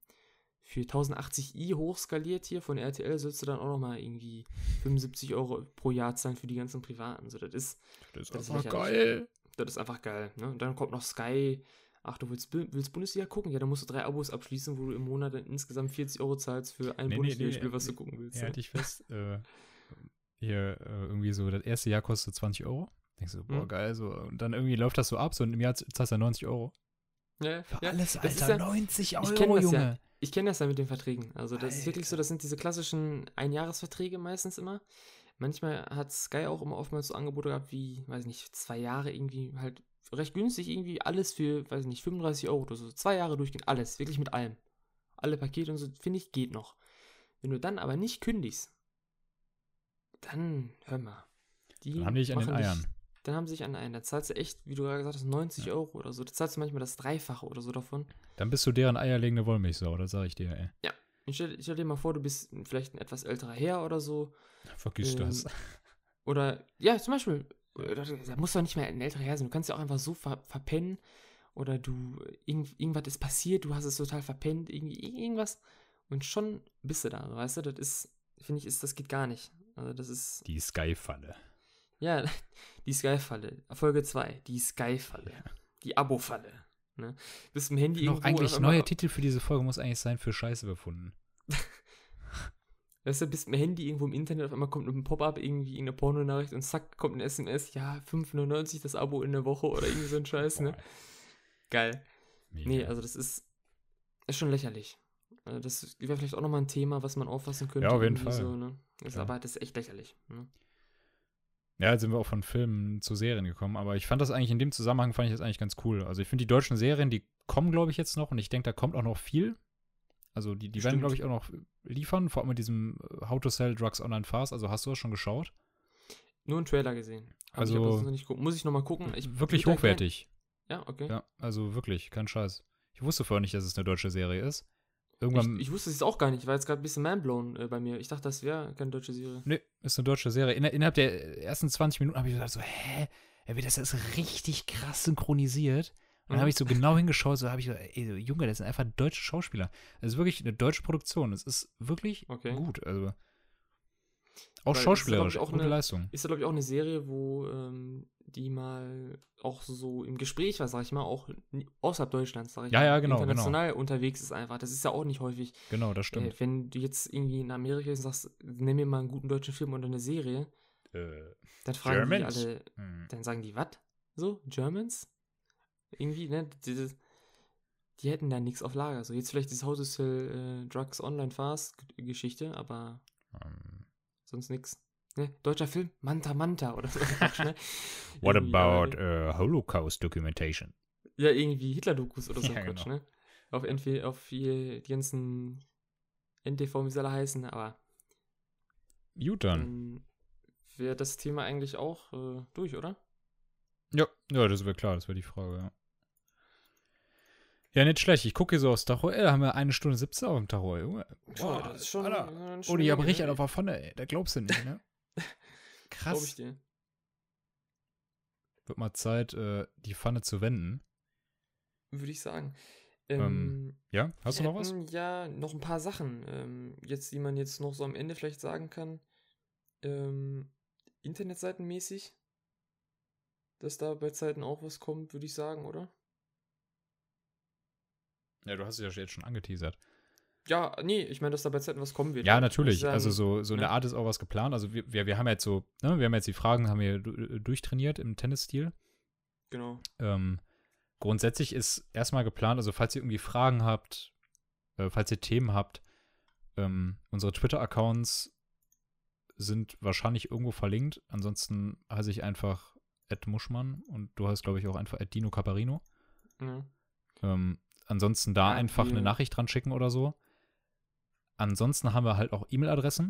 S2: 1080i hochskaliert hier von RTL, sollst du dann auch nochmal irgendwie 75 Euro pro Jahr zahlen für die ganzen Privaten. So, das ist
S1: einfach geil.
S2: Das ist einfach geil. Ne? Und dann kommt noch Sky. Ach, du willst Bundesliga gucken? Ja, dann musst du 3 Abos abschließen, wo du im Monat dann insgesamt 40 Euro zahlst für ein Bundesliga-Spiel, was du gucken willst.
S1: Ja, halt dich fest. Irgendwie so, das erste Jahr kostet 20 Euro. Denkst du, boah, geil. So. Und dann irgendwie läuft das so ab, so im Jahr zahlst du 90 Euro.
S2: Ja,
S1: für alles, Alter, 90 Euro, Junge.
S2: Ich kenne das ja mit den Verträgen. Also das ist wirklich so, das sind diese klassischen Einjahresverträge meistens immer. Manchmal hat Sky auch immer oftmals so Angebote gehabt wie, weiß nicht, 2 Jahre irgendwie halt recht günstig irgendwie alles für, weiß nicht, 35 Euro oder so. 2 Jahre durchgehend, alles, wirklich mit allem. Alle Pakete und so, finde ich, geht noch. Wenn du dann aber nicht kündigst, dann, hör mal.
S1: Dann haben die dich an den Eiern.
S2: Dann haben sie sich an den Eiern. Da zahlst du echt, wie du gerade gesagt hast, 90 Euro oder so. Da zahlst du manchmal das Dreifache oder so davon.
S1: Dann bist du deren eierlegende Wollmilchsau, das sag ich dir, ey.
S2: Ja. Ich stell dir mal vor, du bist vielleicht ein etwas älterer Herr oder so.
S1: Vergiss das.
S2: Oder, ja, zum Beispiel, da musst du auch nicht mehr ein älterer Herr sein. Du kannst ja auch einfach so verpennen. Oder irgendwas ist passiert, du hast es total verpennt, irgendwas. Und schon bist du da, weißt du? Das ist, finde ich, das geht gar nicht. Also das ist.
S1: Die Sky-Falle.
S2: Ja, die Sky-Falle. Folge 2, die Sky-Falle. Ja. Die Abo-Falle. Ne? Bist im Handy
S1: irgendwo. Eigentlich neuer Titel für diese Folge muss eigentlich sein, für Scheiße befunden.
S2: Weißt du, bist im Handy irgendwo im Internet, auf einmal kommt ein Pop-up, irgendwie irgendeine Pornonachricht und zack, kommt ein SMS, ja, 5,99 das Abo in der Woche oder irgendwie so ein Scheiß, ne? Geil. Mega. Nee, also das ist schon lächerlich. Also das wäre vielleicht auch nochmal ein Thema, was man auffassen könnte.
S1: Ja, auf jeden Fall.
S2: So, ne? Aber das ist echt lächerlich. Ne?
S1: Ja, jetzt sind wir auch von Filmen zu Serien gekommen, aber ich fand das eigentlich in dem Zusammenhang, fand ich das eigentlich ganz cool. Also ich finde die deutschen Serien, die kommen, glaube ich, jetzt noch und ich denke, da kommt auch noch viel. Also die werden,
S2: Bestimmt.
S1: glaube ich, auch noch liefern, vor allem mit diesem How to Sell Drugs Online Fast. Also hast du das schon geschaut?
S2: Nur einen Trailer gesehen. Hab ich
S1: Also
S2: aber sonst noch nicht geguckt. Muss ich nochmal gucken. Ich
S1: wirklich
S2: würd da
S1: hochwertig.
S2: Ja, okay.
S1: Ja, also wirklich, kein Scheiß. Ich wusste vorher nicht, dass es eine deutsche Serie ist.
S2: Ich
S1: Irgendwann.
S2: wusste es auch gar nicht. Ich war jetzt gerade ein bisschen mindblown bei mir. Ich dachte, das wäre keine deutsche Serie.
S1: Nee, ist eine deutsche Serie. Innerhalb der ersten 20 Minuten habe ich gedacht so, hä? Das ist richtig krass synchronisiert. Und dann habe ich so genau hingeschaut, so habe ich gesagt, ey, Junge, das sind einfach deutsche Schauspieler. Das ist wirklich eine deutsche Produktion. Es ist wirklich
S2: Okay.
S1: gut. Also
S2: Weil
S1: auch
S2: das ist,
S1: schauspielerisch,
S2: glaub ich, auch
S1: gute
S2: eine-
S1: Leistung.
S2: Ist ja, glaube ich, auch eine Serie, wo die mal auch so im Gespräch war, sag ich mal, auch außerhalb Deutschlands, sag ich
S1: Ja,
S2: mal.
S1: ja, genau,
S2: International unterwegs ist einfach. Das ist ja auch nicht häufig.
S1: Genau, das stimmt.
S2: Wenn du jetzt irgendwie in Amerika bist und sagst, nenn mir mal einen guten deutschen Film oder eine Serie, dann fragen die
S1: Germans?
S2: alle, dann sagen die, was? So, Germans? Irgendwie, ne? Die hätten da nichts auf Lager. So, jetzt vielleicht das How to Sell Drugs Online Fast Geschichte, aber sonst nichts. Ne? Deutscher Film? Manta Manta oder so. Ne?
S1: What
S2: Irgendwie,
S1: about Holocaust Documentation?
S2: Ja, irgendwie Hitler-Dokus oder so
S1: Ja,
S2: Quatsch,
S1: genau.
S2: ne? Auf die ganzen NTV, wie sie alle heißen, aber
S1: Gut dann.
S2: dann wäre das Thema eigentlich auch durch, oder?
S1: Ja, das wäre klar, das wäre die Frage, ja. Ja, nicht schlecht. Ich gucke hier so aufs Tacho, da haben wir 1 Stunde 17 auf dem Tacho, Junge.
S2: Boah, das ist schon.
S1: Alter.
S2: Schon
S1: Oh, die haben
S2: Menge,
S1: richtig
S2: ne?
S1: auf der Pfanne, ey. Da glaubst du nicht, ne?
S2: Glaub ich
S1: Krass.
S2: dir.
S1: Wird mal Zeit, die Pfanne zu wenden.
S2: Würde ich sagen.
S1: Ja, hast du
S2: wir
S1: noch was?
S2: hätten ja noch ein paar Sachen, jetzt, die man jetzt noch so am Ende vielleicht sagen kann. Internetseitenmäßig, dass da bei Zeiten auch was kommt, würde ich sagen, oder?
S1: Ja, du hast es ja jetzt schon angeteasert.
S2: Ja, nee, ich meine, dass da bei Zeiten was kommen wird.
S1: Ja,
S2: Würde
S1: natürlich.
S2: ich sagen,
S1: Also so in
S2: ne?
S1: der Art ist auch was geplant. Also wir haben jetzt so, ne, wir haben jetzt die Fragen, haben wir durchtrainiert im Tennisstil.
S2: Genau.
S1: Grundsätzlich ist erstmal geplant, also falls ihr irgendwie Fragen habt, falls ihr Themen habt, unsere Twitter-Accounts sind wahrscheinlich irgendwo verlinkt. Ansonsten heiße ich einfach @muschmann und du heißt, glaube ich, auch einfach @Dino Caparino.
S2: Ja.
S1: Ansonsten da
S2: Ja,
S1: einfach eine Nachricht dran schicken oder so. Ansonsten haben wir halt auch E-Mail-Adressen,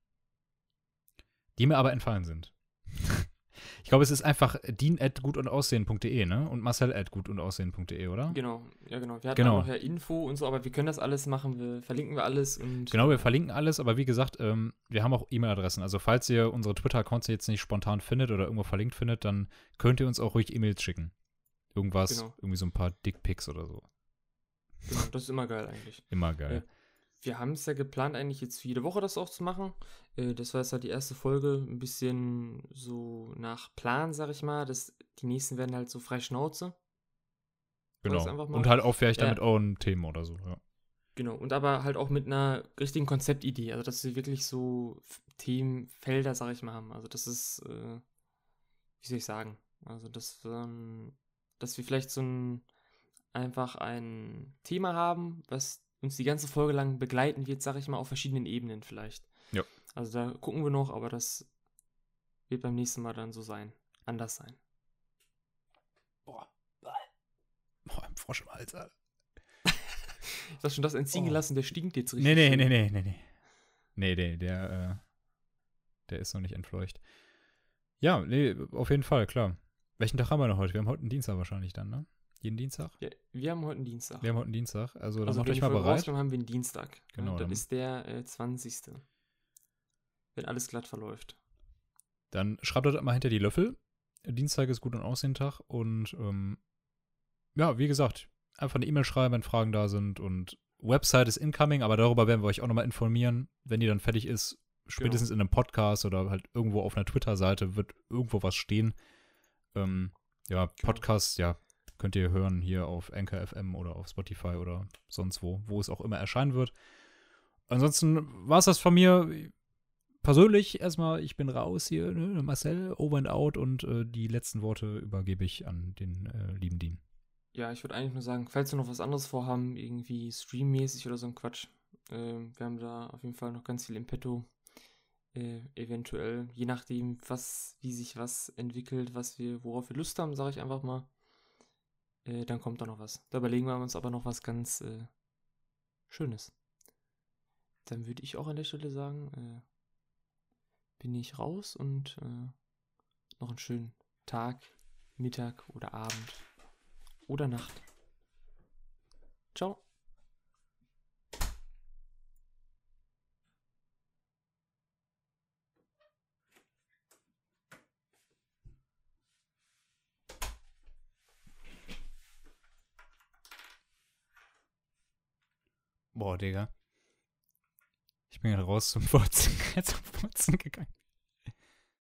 S1: die mir aber entfallen sind. Ich glaube, es ist einfach dean@gutundaussehen.de, ne? Und marcel@gutundaussehen.de, oder?
S2: Genau, ja genau. Wir hatten
S1: Genau.
S2: auch noch ja Info und so, aber wir können das alles machen, verlinken wir alles und.
S1: Genau, wir verlinken alles, aber wie gesagt, wir haben auch E-Mail-Adressen. Also falls ihr unsere Twitter-Accounts jetzt nicht spontan findet oder irgendwo verlinkt findet, dann könnt ihr uns auch ruhig E-Mails schicken. Irgendwas,
S2: Genau.
S1: irgendwie so ein paar Dickpics oder so.
S2: Genau, das ist immer geil eigentlich.
S1: Immer geil.
S2: Wir haben es ja geplant, eigentlich jetzt jede Woche das auch zu machen. Das war jetzt halt die erste Folge, ein bisschen so nach Plan, sag ich mal. Die nächsten werden halt so frei Schnauze.
S1: Genau.
S2: das einfach mal-
S1: Und halt auch vielleicht
S2: Ja.
S1: dann mit euren Themen oder so, ja.
S2: Genau, und aber halt auch mit einer richtigen Konzeptidee. Also, dass wir wirklich so Themenfelder, sag ich mal, haben. Also, das ist, wie soll ich sagen? Also, dass wir vielleicht einfach ein Thema haben, was uns die ganze Folge lang begleiten wird, sag ich mal, auf verschiedenen Ebenen vielleicht.
S1: Ja.
S2: Also, da gucken wir noch, aber das wird beim nächsten Mal dann so sein. Anders sein.
S1: Boah, ein Frosch im Hals, Alter.
S2: Du hast schon das entziehen
S1: Oh.
S2: gelassen, der stinkt jetzt richtig.
S1: Nee,
S2: schön.
S1: Nee, der ist noch nicht entfleucht. Ja, nee, auf jeden Fall, klar. Welchen Tag haben wir noch heute? Wir haben heute einen Dienstag wahrscheinlich dann, ne? Jeden Dienstag?
S2: Ja, wir haben heute einen Dienstag.
S1: Wir haben heute einen Dienstag, also dann
S2: Also
S1: macht
S2: wenn
S1: euch
S2: die
S1: mal
S2: Folge
S1: bereit.
S2: rauskommt, haben wir einen Dienstag.
S1: Genau,
S2: Ja,
S1: dann-
S2: das ist der 20. Wenn alles glatt verläuft.
S1: Dann schreibt das mal hinter die Löffel. Dienstag ist gut und Aussehen-Tag und ja, wie gesagt, einfach eine E-Mail schreiben, wenn Fragen da sind und Website ist incoming, aber darüber werden wir euch auch nochmal informieren, wenn die dann fertig ist. Spätestens in einem Podcast oder halt irgendwo auf einer Twitter-Seite wird irgendwo was stehen. Ja, Podcasts, ja, könnt ihr hören hier auf Anchor FM oder auf Spotify oder sonst wo es auch immer erscheinen wird. Ansonsten war es das von mir. Persönlich erstmal, ich bin raus hier, ne? Marcel, over and out und die letzten Worte übergebe ich an den lieben Dean.
S2: Ja, ich würde eigentlich nur sagen, falls wir noch was anderes vorhaben, irgendwie streammäßig oder so ein Quatsch, wir haben da auf jeden Fall noch ganz viel im Petto. Eventuell, je nachdem, wie sich was entwickelt, worauf wir Lust haben, sage ich einfach mal, dann kommt da noch was. Da überlegen wir uns aber noch was ganz Schönes. Dann würde ich auch an der Stelle sagen, bin ich raus und noch einen schönen Tag, Mittag oder Abend oder Nacht. Ciao.
S1: Boah, Digga. Ich bin gerade raus zum Furzen, zum Furzen gegangen.